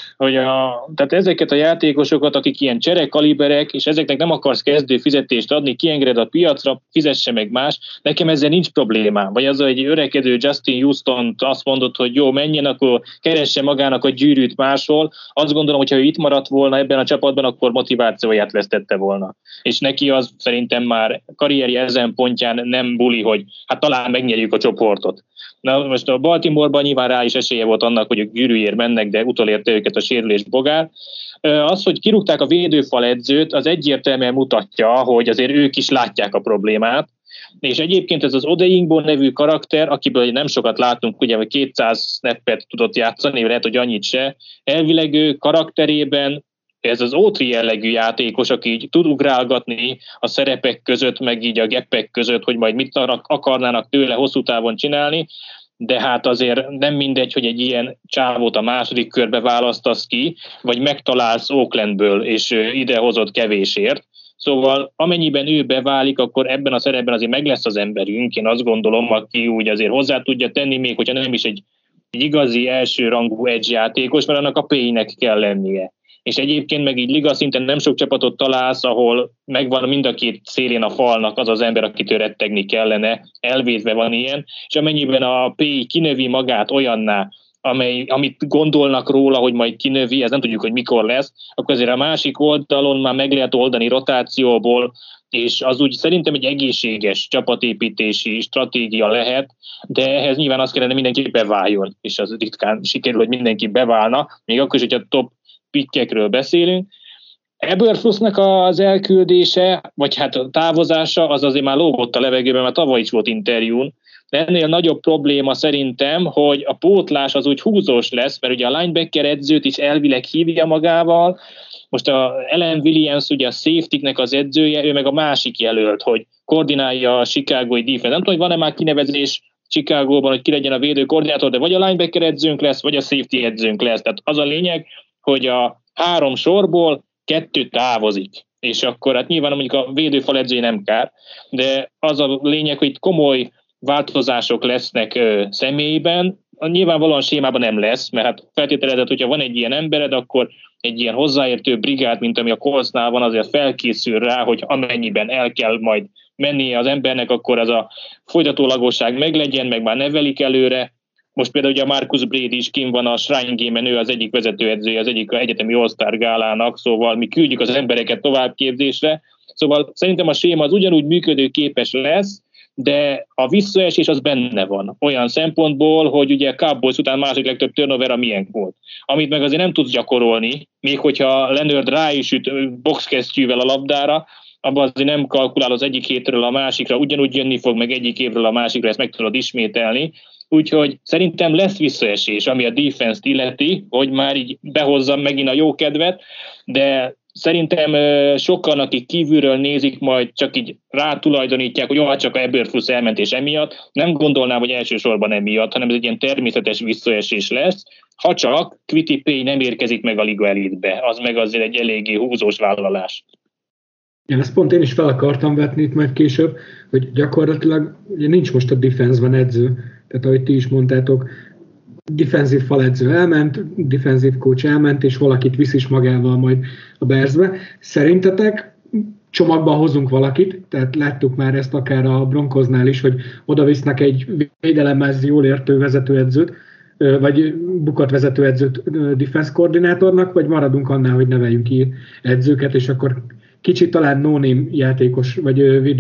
tehát ezeket a játékosokat, akik ilyen cserekaliberek, és ezeknek nem akarsz kezdő fizetést adni, kiengeded a piacra, fizesse meg más, nekem ezzel nincs problémám. Vagy az, hogy egy öregedő Justin Houston azt mondott, hogy jó, menjen, akkor keresse magának a gyűrűt máshol. Azt gondolom, hogy ha ő itt maradt volna ebben a csapatban, akkor motivációját vesztette volna. És neki az szerintem már karrierje ezen pontján nem buli, hogy hát talán megnyerjük a csoportot. Na most a Baltimore-ban nyilván rá is esélye volt annak, hogy ők gyűrűért mennek, de utolérte őket a sérülés bogár. Az, hogy kirúgták a védőfal edzőt, az egyértelműen mutatja, hogy azért ők is látják a problémát, és egyébként ez az Odeingbo nevű karakter, akiből nem sokat látunk, ugye, hogy 200 snappet tudott játszani, lehet, hogy annyit se, elvileg ő karakterében ez az O3 jellegű játékos, aki így tud ugrálgatni a szerepek között, meg így a geppek között, hogy majd mit akarnának tőle hosszú távon csinálni, de hát azért nem mindegy, hogy egy ilyen csávót a második körbe választasz ki, vagy megtalálsz Oaklandből, és idehozott kevésért. Szóval amennyiben ő beválik, akkor ebben a szerepben azért meg lesz az emberünk, én azt gondolom, aki úgy azért hozzá tudja tenni, még hogyha nem is egy igazi elsőrangú edge játékos, mert annak a P-nek kell lennie. És egyébként meg így liga szinten nem sok csapatot találsz, ahol megvan mind a két szélén a falnak az az ember, akitől rettegni kellene, elvétve van ilyen, és amennyiben a PI kinövi magát olyanná, amit gondolnak róla, hogy majd kinövi, ez nem tudjuk, hogy mikor lesz, akkor azért a másik oldalon már meg lehet oldani rotációból, és az úgy szerintem egy egészséges csapatépítési stratégia lehet, de ehhez nyilván azt kellene mindenki beváljon, és az ritkán sikerül, hogy mindenki beválna, még akkor is, hogyha top pikkekről beszélünk. Eberflussnak az elküldése, vagy hát a távozása, az azért már lógott a levegőben, mert tavaly is volt interjún, de ennél nagyobb probléma szerintem, hogy a pótlás az úgy húzós lesz, mert ugye a linebacker edzőt is elvileg hívja magával, most a Ellen Williams, ugye a safety-nek az edzője, ő meg a másik jelölt, hogy koordinálja a chicagói defense. Nem tudom, hogy van-e már kinevezés Chicagóban, hogy ki legyen a védő koordinátor, de vagy a linebacker edzőnk lesz, vagy a safety edzőnk lesz. Tehát az a lényeg, hogy a 3 sorból 2 távozik. És akkor hát nyilván mondjuk a védőfal edzője nem kár, de az a lényeg, hogy itt komoly változások lesznek személyben. Nyilvánvalóan sémában nem lesz, mert hát feltételezett, hogyha van egy ilyen embered, akkor egy ilyen hozzáértő brigád, mint ami a Coltsnál van, azért felkészül rá, hogy amennyiben el kell majd mennie az embernek, akkor ez a folytatólagosság meglegyen, meg már nevelik előre. Most például ugye a Marcus Brady is kint van a Shrine Game-en, ő az egyik vezetőedzője az egyik egyetemi All-Star gálának, szóval mi küldjük az embereket továbbképzésre. Szóval szerintem a séma az ugyanúgy működőképes lesz, de a visszaesés az benne van. Olyan szempontból, hogy ugye a Cowboys után második legtöbb turnover a milyen volt. Amit meg azért nem tudsz gyakorolni, még hogyha Leonard rá is üt boxkesztyűvel a labdára, abban azért nem kalkulál az egyik hétről a másikra, ugyanúgy jönni fog meg egyik évről a másikra, ezt meg tudod ismételni. Úgyhogy szerintem lesz visszaesés, ami a defense-t illeti, hogy már így behozzam megint a jó kedvet, de szerintem sokan, akik kívülről nézik, majd csak így rátulajdonítják, hogy csak a Eberflus elment és emiatt. Nem gondolnám, hogy elsősorban emiatt, hanem ez egy ilyen természetes visszaesés lesz. Ha csak Kwity Paye nem érkezik meg a liga elitbe, az meg azért egy eléggé húzós vállalás. Ja, ezt pont én is fel akartam vetni itt majd később, hogy gyakorlatilag ugye nincs most a defense-ben edző, tehát ahogy ti is mondtátok, defenzív faledző elment, defenzív coach elment, és valakit visz is magával majd a Bearsbe. Szerintetek csomagban hozunk valakit, tehát láttuk már ezt akár a Broncosnál is, hogy oda visznek egy védelemhez jól értő vezetőedzőt, vagy bukott vezetőedzőt defense koordinátornak, vagy maradunk annál, hogy neveljünk ki edzőket, és akkor kicsit talán no-name játékos, vagy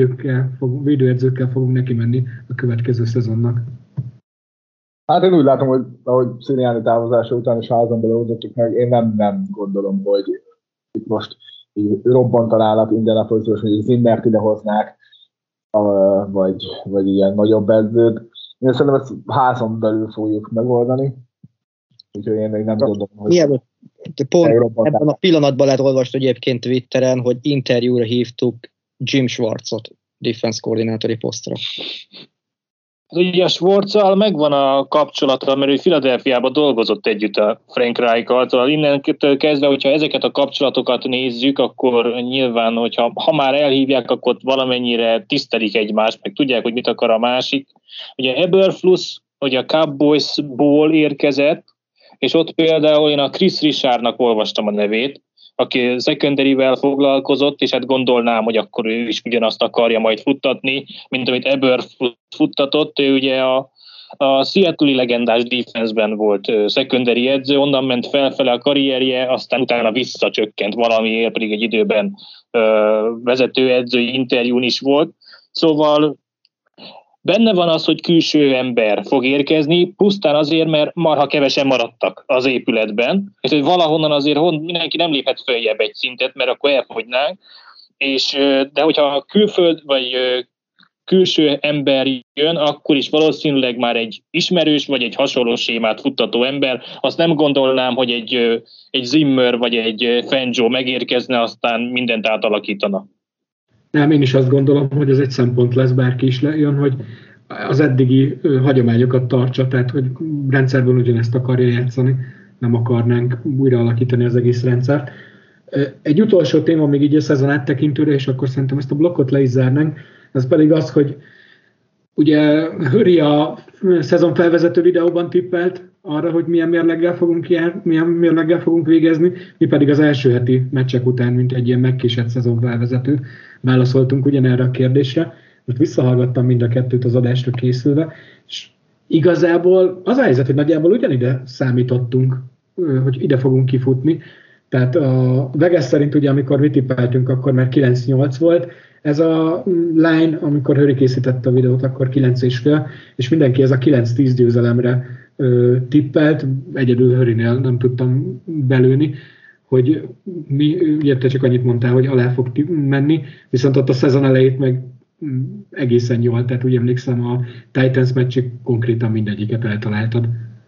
védőedzőkkel fogunk neki menni a következő szezonnak. Hát én úgy látom, hogy ahogy Sirianni távozása után is házon belehozottuk meg, én nem gondolom, hogy itt most így robbantanának Indianapolisról, hogy Zimmert idehoznák, vagy ilyen nagyobb edzőt. Én szerintem ezt házon belül fogjuk megoldani. Úgyhogy én még nem tudom, hogy... Pont ebben a pillanatban lehet olvasni egyébként Twitteren, hogy interjúra hívtuk Jim Schwartzot defense koordinátori posztra. Ugye a Schwartzzal megvan a kapcsolata, mert ő Philadelphiában dolgozott együtt a Frank Reichal, szóval innentől kezdve, hogyha ezeket a kapcsolatokat nézzük, akkor nyilván, ha már elhívják, akkor valamennyire tisztelik egymást, meg tudják, hogy mit akar a másik. Ugye Eberflus, hogy a Cowboysból érkezett, és ott például én a Chris Richardnak olvastam a nevét, aki secondary-vel foglalkozott, és hát gondolnám, hogy akkor ő is ugyanazt akarja majd futtatni, mint amit Eberflus futtatott. Ő ugye a Seattle-i legendás defense-ben volt secondary edző, onnan ment felfele a karrierje, aztán utána visszacsökkent valamiért, pedig egy időben vezetőedzői interjún is volt. Szóval benne van az, hogy külső ember fog érkezni, pusztán azért, mert marha kevesen maradtak az épületben, és hogy valahonnan azért mindenki nem léphet följebb egy szintet, mert akkor elfogynánk, de hogyha külföld vagy külső ember jön, akkor is valószínűleg már egy ismerős vagy egy hasonló sémát futtató ember, azt nem gondolnám, hogy egy Zimmer vagy egy Fangio megérkezne, aztán mindent átalakítana. Nem, én is azt gondolom, hogy ez egy szempont lesz, bárki is jön, hogy az eddigi hagyományokat tartsa, tehát hogy rendszerben ugyanezt akarja játszani, nem akarnánk újra alakítani az egész rendszert. Egy utolsó téma még így a szezon áttekintőre, és akkor szerintem ezt a blokkot le is zárnánk, ez pedig az, hogy ugye Höri a szezon felvezető videóban tippelt arra, hogy milyen mérleggel fogunk végezni, mi pedig az első heti meccsek után, mint egy ilyen megkésett szezon felvezető, válaszoltunk ugyanerre a kérdésre. Most visszahallgattam mind a kettőt az adásra készülve, és igazából az a helyzet, hogy nagyjából ugyanide számítottunk, hogy ide fogunk kifutni. Tehát a Vegas szerint ugye, amikor mi tippeltünk, akkor már 9-8 volt. Ez a line, amikor Höri készítette a videót, akkor 9,5, és mindenki ez a 9-10 győzelemre tippelt. Egyedül Hörinél nem tudtam belőni, hogy mi, ugye te csak annyit mondtál, hogy alá fog menni, viszont ott a szezon elejét meg egészen jól, tehát úgy emlékszem a Titans meccsig konkrétan mindegyiket eltaláltad.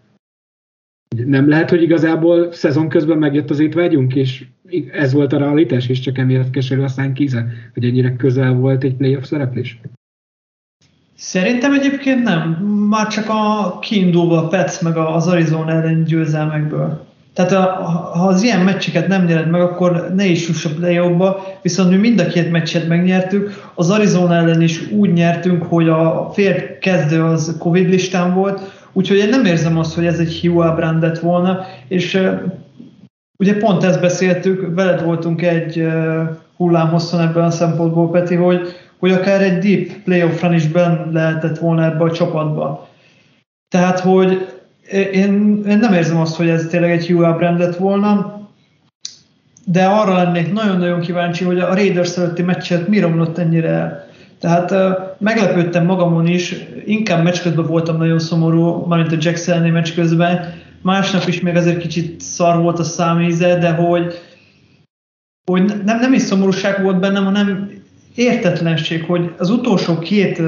Nem lehet, hogy igazából szezon közben megjött az étvágyunk, és ez volt a realitás, és csak emiatt keserű a szánykíze, hogy ennyire közel volt egy playoff szereplés? Szerintem egyébként nem. Már csak a kiindulva a Pets meg az Arizona ellen győzelmekből. Tehát ha az ilyen meccseket nem nyered meg, akkor ne is juss a play-offba, viszont mi mind a két meccset megnyertük. Az Arizona ellen is úgy nyertünk, hogy a fél kezdő az Covid listán volt, úgyhogy én nem érzem azt, hogy ez egy hiú ábránd lett volna, és ugye pont ezt beszéltük, veled voltunk egy hullámhosszon ebben a szempontból, Peti, hogy akár egy deep playoff run is benne lehetett volna ebbe a csapatba. Tehát, hogy én nem érzem azt, hogy ez tényleg egy hiú ábránd lett volna, de arra lennék nagyon-nagyon kíváncsi, hogy a Raiders előtti meccset mi romlott ennyire el. Tehát meglepődtem magamon is, inkább meccs közben voltam nagyon szomorú, mármint a Jacks elleni meccs közben, másnap is még azért kicsit szar volt a számíze, de hogy nem is szomorúság volt bennem, hanem értetlenség, hogy az utolsó két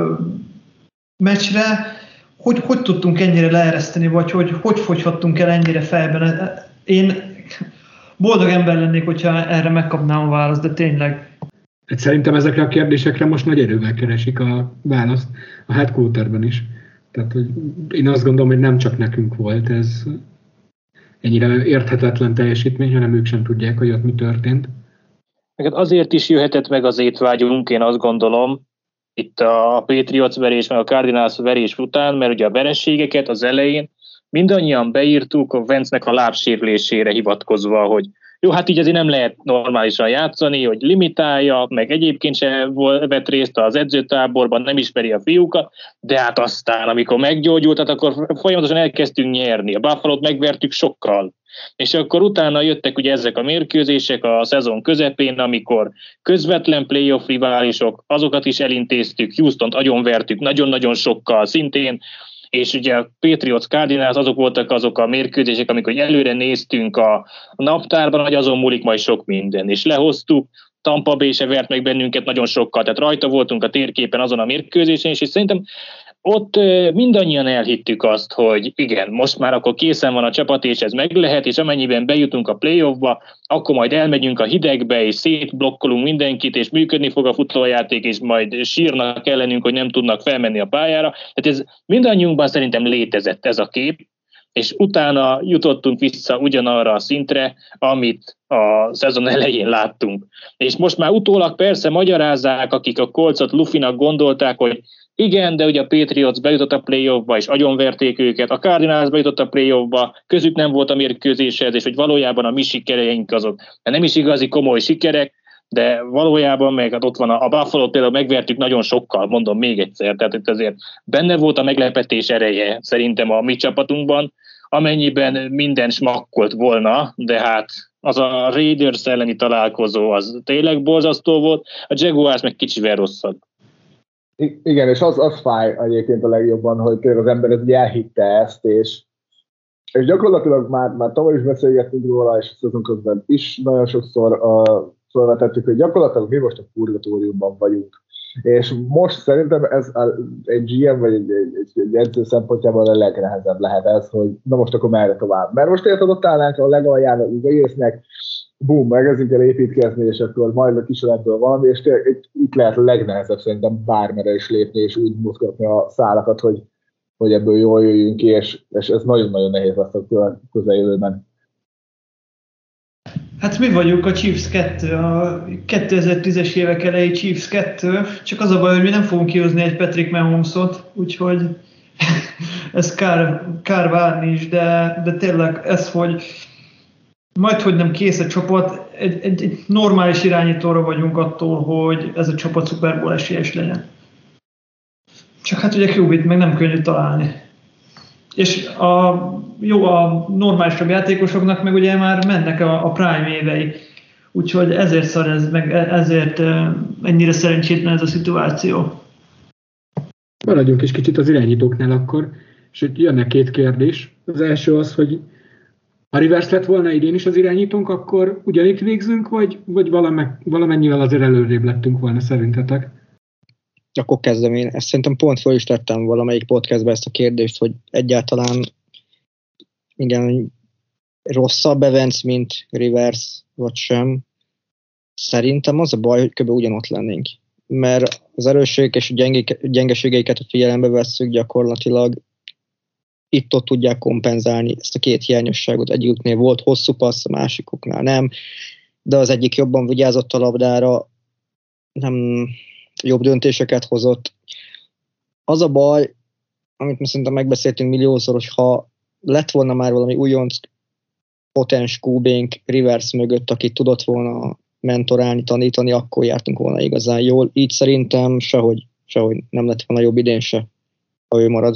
meccsre hogy tudtunk ennyire leereszteni, vagy hogy fogyhattunk el ennyire fejben. Én boldog ember lennék, hogyha erre megkapnám a választ, de tényleg. Szerintem ezekre a kérdésekre most nagy erővel keresik a választ a headquarterben is. Tehát hogy én azt gondolom, hogy nem csak nekünk volt ez ennyire érthetetlen teljesítmény, hanem ők sem tudják, hogy ott mi történt. Azért is jöhetett meg az étvágyunk, én azt gondolom, itt a Patriots verés, meg a Cardinals verés után, mert ugye a vereségeket az elején mindannyian beírtuk a Vance-nek a lábsérülésére hivatkozva, hogy jó, hát így azért nem lehet normálisan játszani, hogy limitálja, meg egyébként se vett részt az edzőtáborban, nem ismeri a fiúkat, de hát aztán, amikor meggyógyult, hát akkor folyamatosan elkezdtünk nyerni. A Buffalo-t megvertük sokkal. És akkor utána jöttek ugye ezek a mérkőzések a szezon közepén, amikor közvetlen playoff riválisok, azokat is elintéztük, Houstont agyonvertük nagyon-nagyon sokkal szintén, és ugye a Patriots Cardinals azok voltak azok a mérkőzések, amikor előre néztünk a naptárban, hogy azon múlik majd sok minden, és lehoztuk, Tampa Bay se vert meg bennünket nagyon sokkal, tehát rajta voltunk a térképen azon a mérkőzésen, és szerintem ott mindannyian elhittük azt, hogy igen, most már akkor készen van a csapat, és ez meg lehet, és amennyiben bejutunk a playoffba, akkor majd elmegyünk a hidegbe, és szétblokkolunk mindenkit, és működni fog a futójáték, és majd sírnak ellenünk, hogy nem tudnak felmenni a pályára. Tehát ez mindannyiunkban szerintem létezett ez a kép, és utána jutottunk vissza ugyanarra a szintre, amit a szezon elején láttunk. És most már utólag persze magyarázzák, akik a Coltsot lufinak gondolták, hogy igen, de ugye a Patriots bejutott a playoffba, és agyonverték őket, a Cardinals bejutott a playoffba, közük nem volt a mérkőzéshez, és hogy valójában a mi sikereink azok nem is igazi komoly sikerek, de valójában meg ott van a Buffalo-t például megvertük nagyon sokkal, mondom még egyszer, tehát itt azért benne volt a meglepetés ereje szerintem a mi csapatunkban, amennyiben minden smakkolt volna, de hát az a Raiders elleni találkozó az tényleg borzasztó volt, a Jaguars meg kicsivel rosszabb. Igen, és az fáj egyébként a legjobban, hogy az ember ez elhitte ezt, és gyakorlatilag már tavaly is beszélgettünk róla, és a szezon közben is nagyon sokszor felvetettük, hogy gyakorlatilag mi most a purgatóriumban vagyunk. És most szerintem ez egy GM vagy egy edző szempontjából a legnehezebb lehet ez, hogy na most akkor merre tovább. Mert most érted, ott állnánk a legalján az egésznek, bum, megkezdünk el építkezni, és akkor majd a kísérletből valami, és itt lehet a legnehezebb szerintem bármere is lépni, és úgy mozgatni a szálakat, hogy ebből jól jöjjünk ki, és ez nagyon-nagyon nehéz lesz a közeljövőben. Hát mi vagyunk a Chiefs 2, a 2010-es évek elejé Chiefs 2, csak az a baj, hogy mi nem fogunk kihozni egy Patrick Mahomesot, úgyhogy ez kár várni is, de tényleg ez, hogy majdhogy nem kész a csapat, egy normális irányítóra vagyunk attól, hogy ez a csapat Super Bowl esélyes legyen. Csak hát ugye QB-t meg nem könnyű találni. És a normálisabb játékosoknak meg ugye már mennek a prime évei. Úgyhogy ezért szar ez, meg ezért ennyire szerencsétlen ez a szituáció. Maradjunk is kicsit az irányítóknál akkor, és jönnek két kérdés. Az első az, hogy ha Rivers lett volna idén is az irányítónk, akkor ugyanitt végzünk, vagy valamennyivel azért előrébb lettünk volna szerintetek? Akkor kezdem én. Ezt szerintem pont föl is tettem valamelyik podcastben ezt a kérdést, hogy egyáltalán igen, rosszabb Evans, mint Rivers, vagy sem. Szerintem az a baj, hogy kb. Ugyanott lennénk. Mert az erősségek és a gyengeségeiket, ha figyelembe vesszük, gyakorlatilag itt-ott tudják kompenzálni ezt a két hiányosságot. Egyiküknél volt hosszú passz, a másikuknál nem, de az egyik jobban vigyázott a labdára, nem jobb döntéseket hozott. Az a baj, amit mi szerintem megbeszéltünk milliószoros, ha lett volna már valami újonc potens QB-nk Rivers mögött, aki tudott volna mentorálni, tanítani, akkor jártunk volna igazán jól. Így szerintem sehogy nem lett volna jobb idén se, ha ő marad.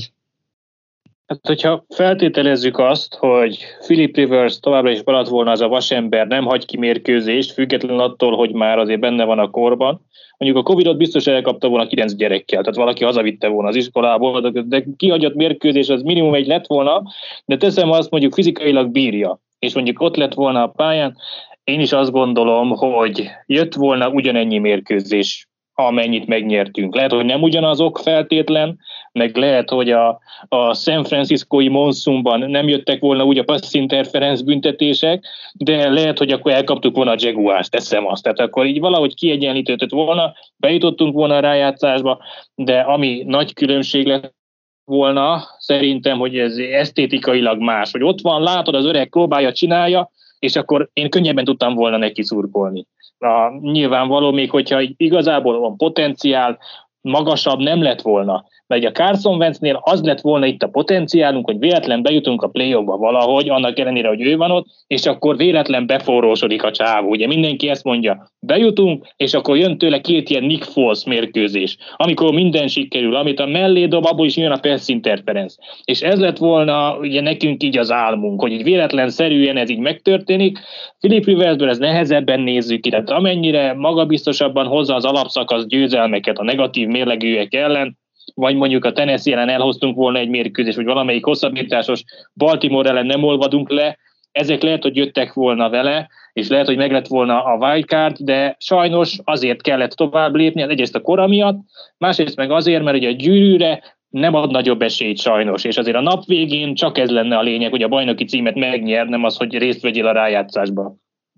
Hát, hogyha feltételezzük azt, hogy Philip Rivers továbbra is maradt volna az a vasember, nem hagy ki mérkőzést, függetlenül attól, hogy már azért benne van a korban, mondjuk a Covid-ot biztos elkapta volna 9 gyerekkel, tehát valaki hazavitte volna az iskolából, de kihagyott mérkőzés az minimum egy lett volna, de teszem azt, mondjuk fizikailag bírja, és mondjuk ott lett volna a pályán, én is azt gondolom, hogy jött volna ugyanennyi mérkőzés, amennyit megnyertünk. Lehet, hogy nem ugyanazok feltétlen, meg lehet, hogy a San Francisco-i monszumban nem jöttek volna úgy a pass interference büntetések, de lehet, hogy akkor elkaptuk volna a Jaguars, teszem azt. Tehát akkor így valahogy kiegyenlítődött volna, bejutottunk volna a rájátszásba, de ami nagy különbség lett volna, szerintem, hogy ez esztétikailag más, hogy ott van, látod, az öreg próbálja, csinálja, és akkor én könnyebben tudtam volna neki szurkolni. Nyilvánvaló, még hogyha igazából van potenciál, magasabb nem lett volna. Mert a Carson Wentznél az lett volna itt a potenciálunk, hogy véletlen bejutunk a play-offba valahogy, annak ellenére, hogy ő van ott, és akkor véletlen beforrósodik a csávó. Ugye mindenki ezt mondja, bejutunk, és akkor jön tőle két ilyen Nick Foles mérkőzés, amikor minden sikerül, amit a mellé dob, abból is jön a pass interference. És ez lett volna ugye nekünk így az álmunk, hogy így véletlenszerűen ez így megtörténik. Philip Riversből ez nehezebben nézzük ki, tehát amennyire magabiztosabban hozza az alapszakasz győzelmeket a negatív mérlegűek ellen, vagy mondjuk a Tennessee ellen elhoztunk volna egy mérkőzést, vagy valamelyik hosszabbításos Baltimore ellen nem olvadunk le, ezek lehet, hogy jöttek volna vele, és lehet, hogy meg lett volna a wildcard, de sajnos azért kellett tovább lépni, egyrészt a kora miatt, másrészt meg azért, mert ugye a gyűrűre nem ad nagyobb esélyt sajnos, és azért a nap végén csak ez lenne a lényeg, hogy a bajnoki címet megnyer, nem az, hogy részt vegyél a rájátszásba.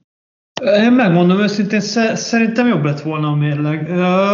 Én megmondom őszintén, szerintem jobb lett volna a mérleg.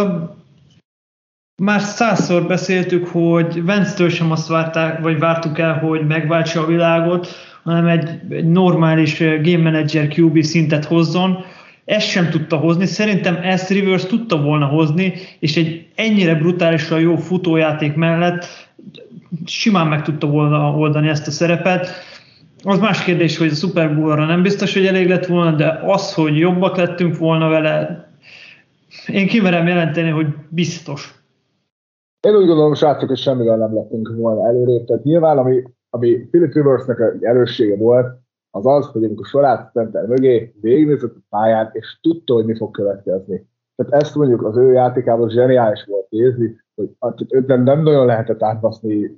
Már 100-szor beszéltük, hogy Wentz-től sem azt vártuk el, hogy megváltsa a világot, hanem egy normális game manager QB szintet hozzon. Ezt sem tudta hozni, szerintem ezt Rivers tudta volna hozni, és egy ennyire brutálisan jó futójáték mellett simán meg tudta volna oldani ezt a szerepet. Az más kérdés, hogy a Super Bowl-ra nem biztos, hogy elég lett volna, de az, hogy jobbak lettünk volna vele, én kimerem jelenteni, hogy biztos. Én úgy gondolom, srácok, hogy semmivel nem lettünk volna előrébb. Tehát nyilván, ami Philip Riversnek egy erőssége volt, az az, hogy amikor felállt center mögé, végignézett a pályán, és tudta, hogy mi fog következni. Tehát ezt mondjuk az ő játékában zseniális volt nézni, hogy nem nagyon lehetett átbaszni,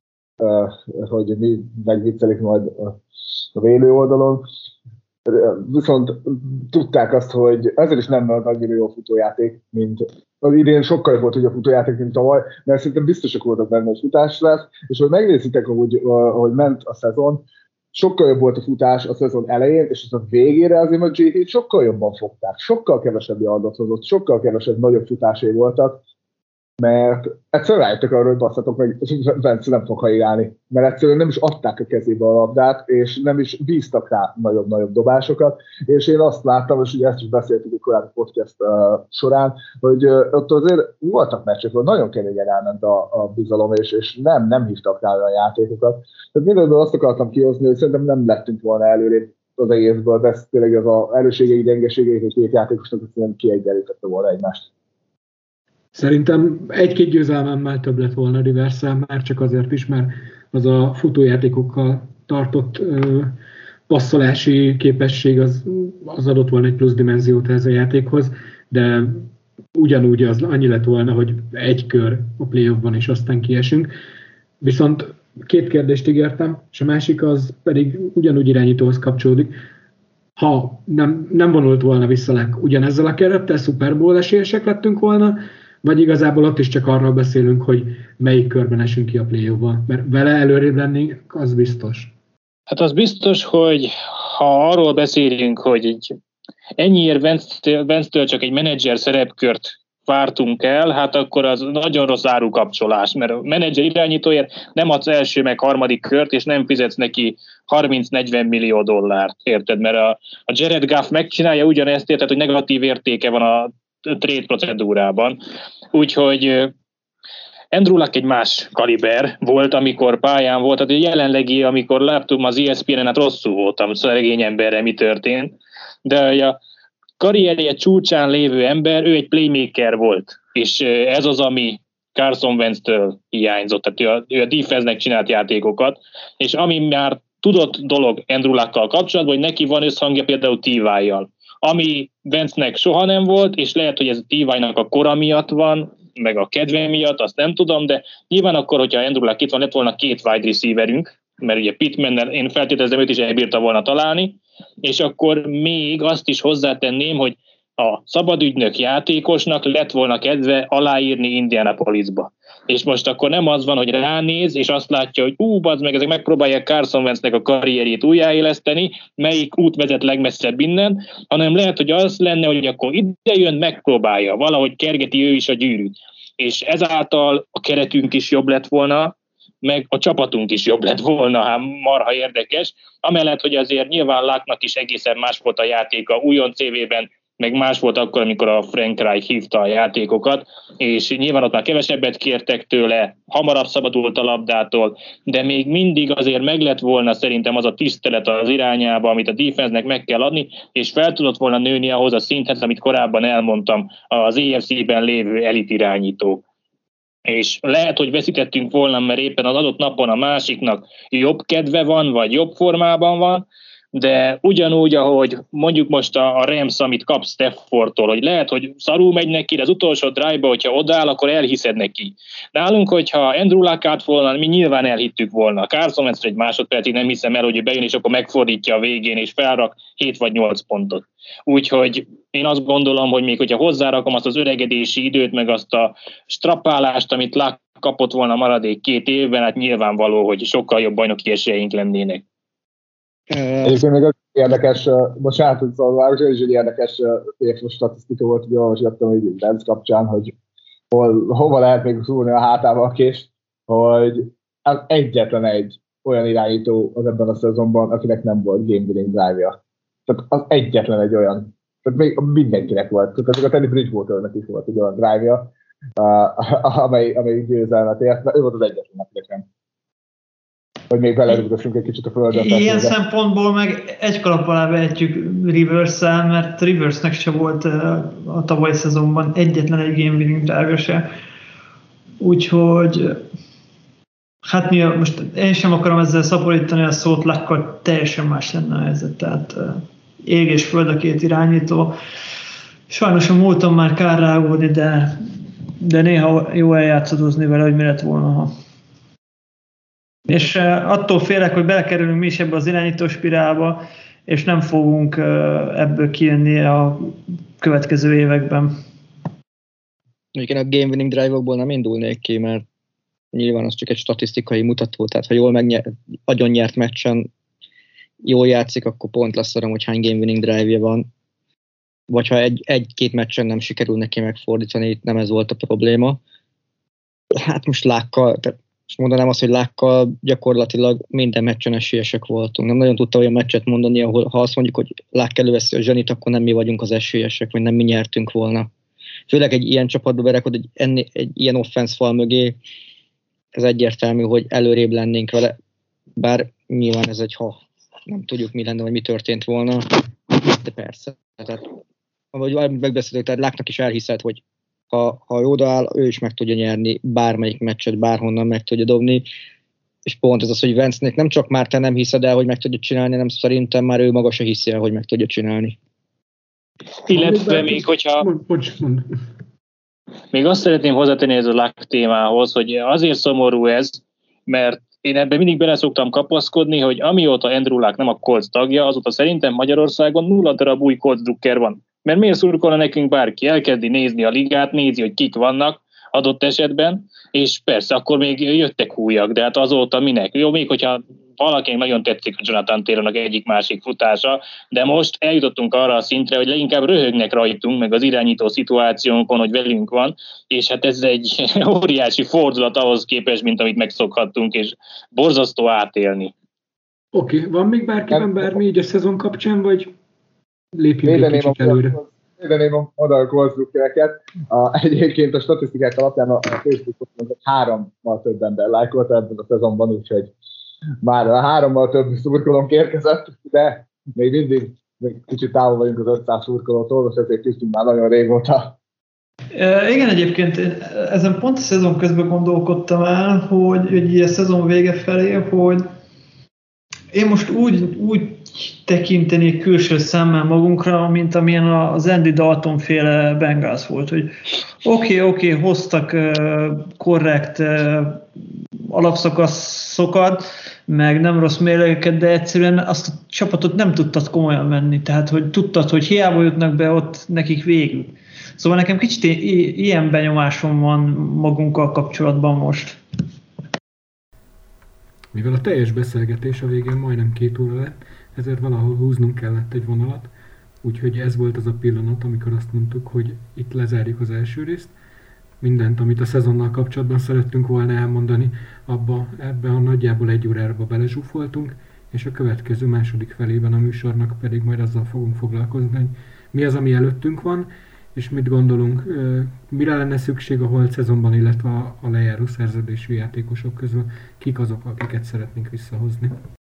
hogy mi megviccelik majd a védő oldalon. Viszont tudták azt, hogy ezért is nem volt annyira jó futójáték, mint az idén sokkal jobb volt, hogy a futójáték, mint tavaly, mert szerintem biztosak voltak benne, hogy futás lesz, és hogy megnézitek, ahogy ment a szezon, sokkal jobb volt a futás a szezon elején, és a végére azért a GT-t sokkal jobban fogták, sokkal kevesebb yardot hozott, sokkal kevesebb nagyobb futásai voltak, mert egyszerűen rájöttek arra, hogy basszatok meg, Wentz nem fog hajrálni, mert egyszerűen nem is adták a kezébe a labdát, és nem is bíztak rá nagyobb dobásokat, és én azt láttam, és ugye ezt is beszéltük a korábbi podcast során, hogy ott azért voltak meccsek, hogy nagyon keményen elment a bizalom, és nem hívtak rá olyan játékokat. Tehát mindenből azt akartam kihozni, hogy szerintem nem lettünk volna előrébb az egészből, de ez tényleg az a erősségei, gyengeségei, hogy két játékosnak nem kiegyenlítette volna egymást. Szerintem egy-két győzelmemmel több lett volna Rivers-szel, már csak azért is, mert az a futójátékokkal tartott passzolási képesség az adott volna egy plusz dimenziót ez a játékhoz, de ugyanúgy az annyi lett volna, hogy egy kör a playoffban és aztán kiesünk. Viszont két kérdést ígértem, és a másik az pedig ugyanúgy irányítóhoz kapcsolódik. Ha nem vonult volna vissza ugyanezzel a kerettel, Super Bowl esélyesek lettünk volna, Vagy igazából ott is csak arról beszélünk, hogy melyik körben esünk ki a play-offba, mert vele előrébb lennénk, az biztos. Hát az biztos, hogy ha arról beszélünk, hogy ennyiért Vance-től csak egy menedzser szerepkört vártunk el, hát akkor az nagyon rossz árukapcsolás, mert a menedzser irányítóért nem adsz első meg harmadik kört, és nem fizetsz neki 30-40 millió dollárt, érted? Mert a Jared Goff megcsinálja ugyanezt, érted, hogy negatív értéke van a trade procedúrában. Úgyhogy Andrew Luck egy más kaliber volt, amikor pályán volt, tehát jelenlegi, amikor láttam az ESPN-en, hát rosszul voltam, szóval regény emberre mi történt, de a karrierje csúcsán lévő ember, ő egy playmaker volt, és ez az, ami Carson Wentz-től hiányzott, tehát ő a defense-nek csinált játékokat, és ami már tudott dolog Andrew Luckkal kapcsolatban, hogy neki van összhangja például T.Y.-jal, ami Wentz-nek soha nem volt, és lehet, hogy ez a T.Y.-nak a kora miatt van, meg a kedve miatt, azt nem tudom, de nyilván akkor, hogyha Andrew Luck itt van, lett volna 2 wide receiverünk, mert ugye Pittman-nel én feltételezem, őt is elbírta volna találni, és akkor még azt is hozzátenném, hogy a szabadügynök játékosnak lett volna kedve aláírni Indianapolisba. És most akkor nem az van, hogy ránéz, és azt látja, hogy bazd meg, ezek megpróbálják Carson Wentznek a karrierjét újjáéleszteni, melyik út vezet legmesszebb innen, hanem lehet, hogy az lenne, hogy akkor ide jön, megpróbálja, valahogy kergeti ő is a gyűrűt. És ezáltal a keretünk is jobb lett volna, meg a csapatunk is jobb lett volna, hát marha érdekes. Amellett, hogy azért nyilván Lucknak is egészen más volt a játéka újon CV-ben, meg más volt akkor, amikor a Frank Reich hívta a játékokat, és nyilván ott már kevesebbet kértek tőle, hamarabb szabadult a labdától, de még mindig azért meg lett volna szerintem az a tisztelet az irányába, amit a defense-nek meg kell adni, és fel tudott volna nőni ahhoz a szinthez, amit korábban elmondtam, az EFC-ben lévő elitirányító. És lehet, hogy veszítettünk volna, mert éppen az adott napon a másiknak jobb kedve van, vagy jobb formában van, de ugyanúgy, ahogy mondjuk most a Rams, amit kap Staffordtól, hogy lehet, hogy szarul megy neki, de az utolsó drive-ba, hogyha odaáll, akkor elhiszed neki. Nálunk, hogyha Andrew Luck állt volna, mi nyilván elhittük volna. Carson Wentz egy másodpercig nem hiszem el, hogy ő bejön, és akkor megfordítja a végén, és felrak 7 vagy 8 pontot. Úgyhogy én azt gondolom, hogy még hogyha hozzárakom azt az öregedési időt, meg azt a strapálást, amit Luck kapott volna maradék 2 évben, hát nyilvánvaló, hogy sokkal jobb bajnoki esélyeink lennének. Egyébként még az érdekes, bocsánat, hogy szóval ez is egy érdekes statisztika volt, hogy olvasgattam hogy Benz kapcsán, hogy hova lehet még szúrni a hátába a kést, hogy az egyetlen egy olyan irányító az ebben a szezonban, akinek nem volt game winning drive-ja. Tehát az egyetlen egy olyan, tehát még mindenkinek volt, tehát a Teddy Bridgewaternek is volt egy olyan drive-ja, amely győzelmet ért, ő volt az egyetlen, akinek nem. Hogy még belerúgtassunk egy kicsit a földön. Ilyen szempontból meg egy kalap alá vehetjük Rivers-szel, mert Riversnek se volt a tavalyi szezonban egyetlen egy game winning drive se. Úgyhogy hát most én sem akarom ezzel szaporítani a szót, Luckkal teljesen más lenne a helyzet. Tehát ég és föld a 2 irányító. Sajnos a múlton már kár rágódni, de néha jó eljátszadozni vele, hogy mi lett volna, ha. És attól félek, hogy belekerülünk mi is ebbe az irányító spirálba, és nem fogunk ebből kijönni a következő években. Én a game winning drive-okból nem indulnék ki, mert nyilván az csak egy statisztikai mutató, tehát ha jól agyon nyert meccsen jól játszik, akkor pont lesz arra, hogy hány game winning drive-ja van. Vagy ha egy-két meccsen nem sikerül neki megfordítani, itt nem ez volt a probléma. Hát most Luckkal, és mondanám azt, hogy Luckkal gyakorlatilag minden meccsen esélyesek voltunk. Nem nagyon tudta olyan meccset mondani, ahol ha azt mondjuk, hogy Luck előveszi a zsenit, akkor nem mi vagyunk az esélyesek, vagy nem mi nyertünk volna. Főleg egy ilyen csapatba berakod, egy ilyen offense fal mögé, ez egyértelmű, hogy előrébb lennénk vele, bár nyilván ez egy ha nem tudjuk mi lenne, vagy mi történt volna, de persze. Tehát, ahogy megbeszéltük, tehát Lucknak is elhiszed, hogy ha odaáll, ő is meg tudja nyerni bármelyik meccset, bárhonnan meg tudja dobni, és pont ez az, hogy Wentznek nem csak már te nem hiszed el, hogy meg tudja csinálni, hanem szerintem már ő maga se hiszi el, hogy meg tudja csinálni. Illetve még hogyha... Még azt szeretném hozzátenni ez a Luck témához, hogy azért szomorú ez, mert én ebben mindig bele szoktam kapaszkodni, hogy amióta Andrew Luck nem a Colts tagja, azóta szerintem Magyarországon 0 darab új Colts drukker van. Mert miért szurkolna nekünk bárki? Elkezdi nézni a ligát, nézi, hogy kik vannak adott esetben, és persze, akkor még jöttek újak, de hát azóta minek? Jó, még hogyha valakinek nagyon tetszik a Jonathan Taylornak egyik-másik futása, de most eljutottunk arra a szintre, hogy leginkább röhögnek rajtunk, meg az irányító szituációnkon, hogy velünk van, és hát ez egy óriási fordulat ahhoz képest, mint amit megszokhattunk, és borzasztó átélni. Oké, van még bárkiben bármi így a szezon kapcsán, vagy lépjünk egy kicsit előre? Védeném oda a gólzrukkereket. Egyébként a statisztikák alapján a Facebookon 3-mal több ember lájkolta ebben a szezonban, úgyhogy már 3-mal több szurkolónk érkezett, de még mindig kicsit távol vagyunk az 500 szurkolótól, most ezért küzdünk már nagyon régóta. Igen, egyébként ezen pont a szezon közben gondolkodtam el, hogy a szezon vége felé, hogy én most úgy tekintenék külső szemmel magunkra, mint amilyen az Andy Dalton féle Bengals volt, hogy oké, hoztak korrekt alapszakaszokat, meg nem rossz mérlegeket, de egyszerűen azt a csapatot nem tudtad komolyan menni, tehát hogy tudtad, hogy hiába jutnak be ott nekik végül. Szóval nekem kicsit ilyen benyomásom van magunkkal kapcsolatban most. Mivel a teljes beszélgetés a végén majdnem 2 óra lett, ezért valahol húznunk kellett egy vonalat, úgyhogy ez volt az a pillanat, amikor azt mondtuk, hogy itt lezárjuk az első részt. Mindent, amit a szezonnal kapcsolatban szerettünk volna elmondani, ebbe a nagyjából 1 órába belezsúfoltunk, és a következő második felében a műsornak pedig majd azzal fogunk foglalkozni, hogy mi az, ami előttünk van, és mit gondolunk, mire lenne szükség a holt szezonban, illetve a lejáró szerződésű játékosok közül, kik azok, akiket szeretnénk visszahozni.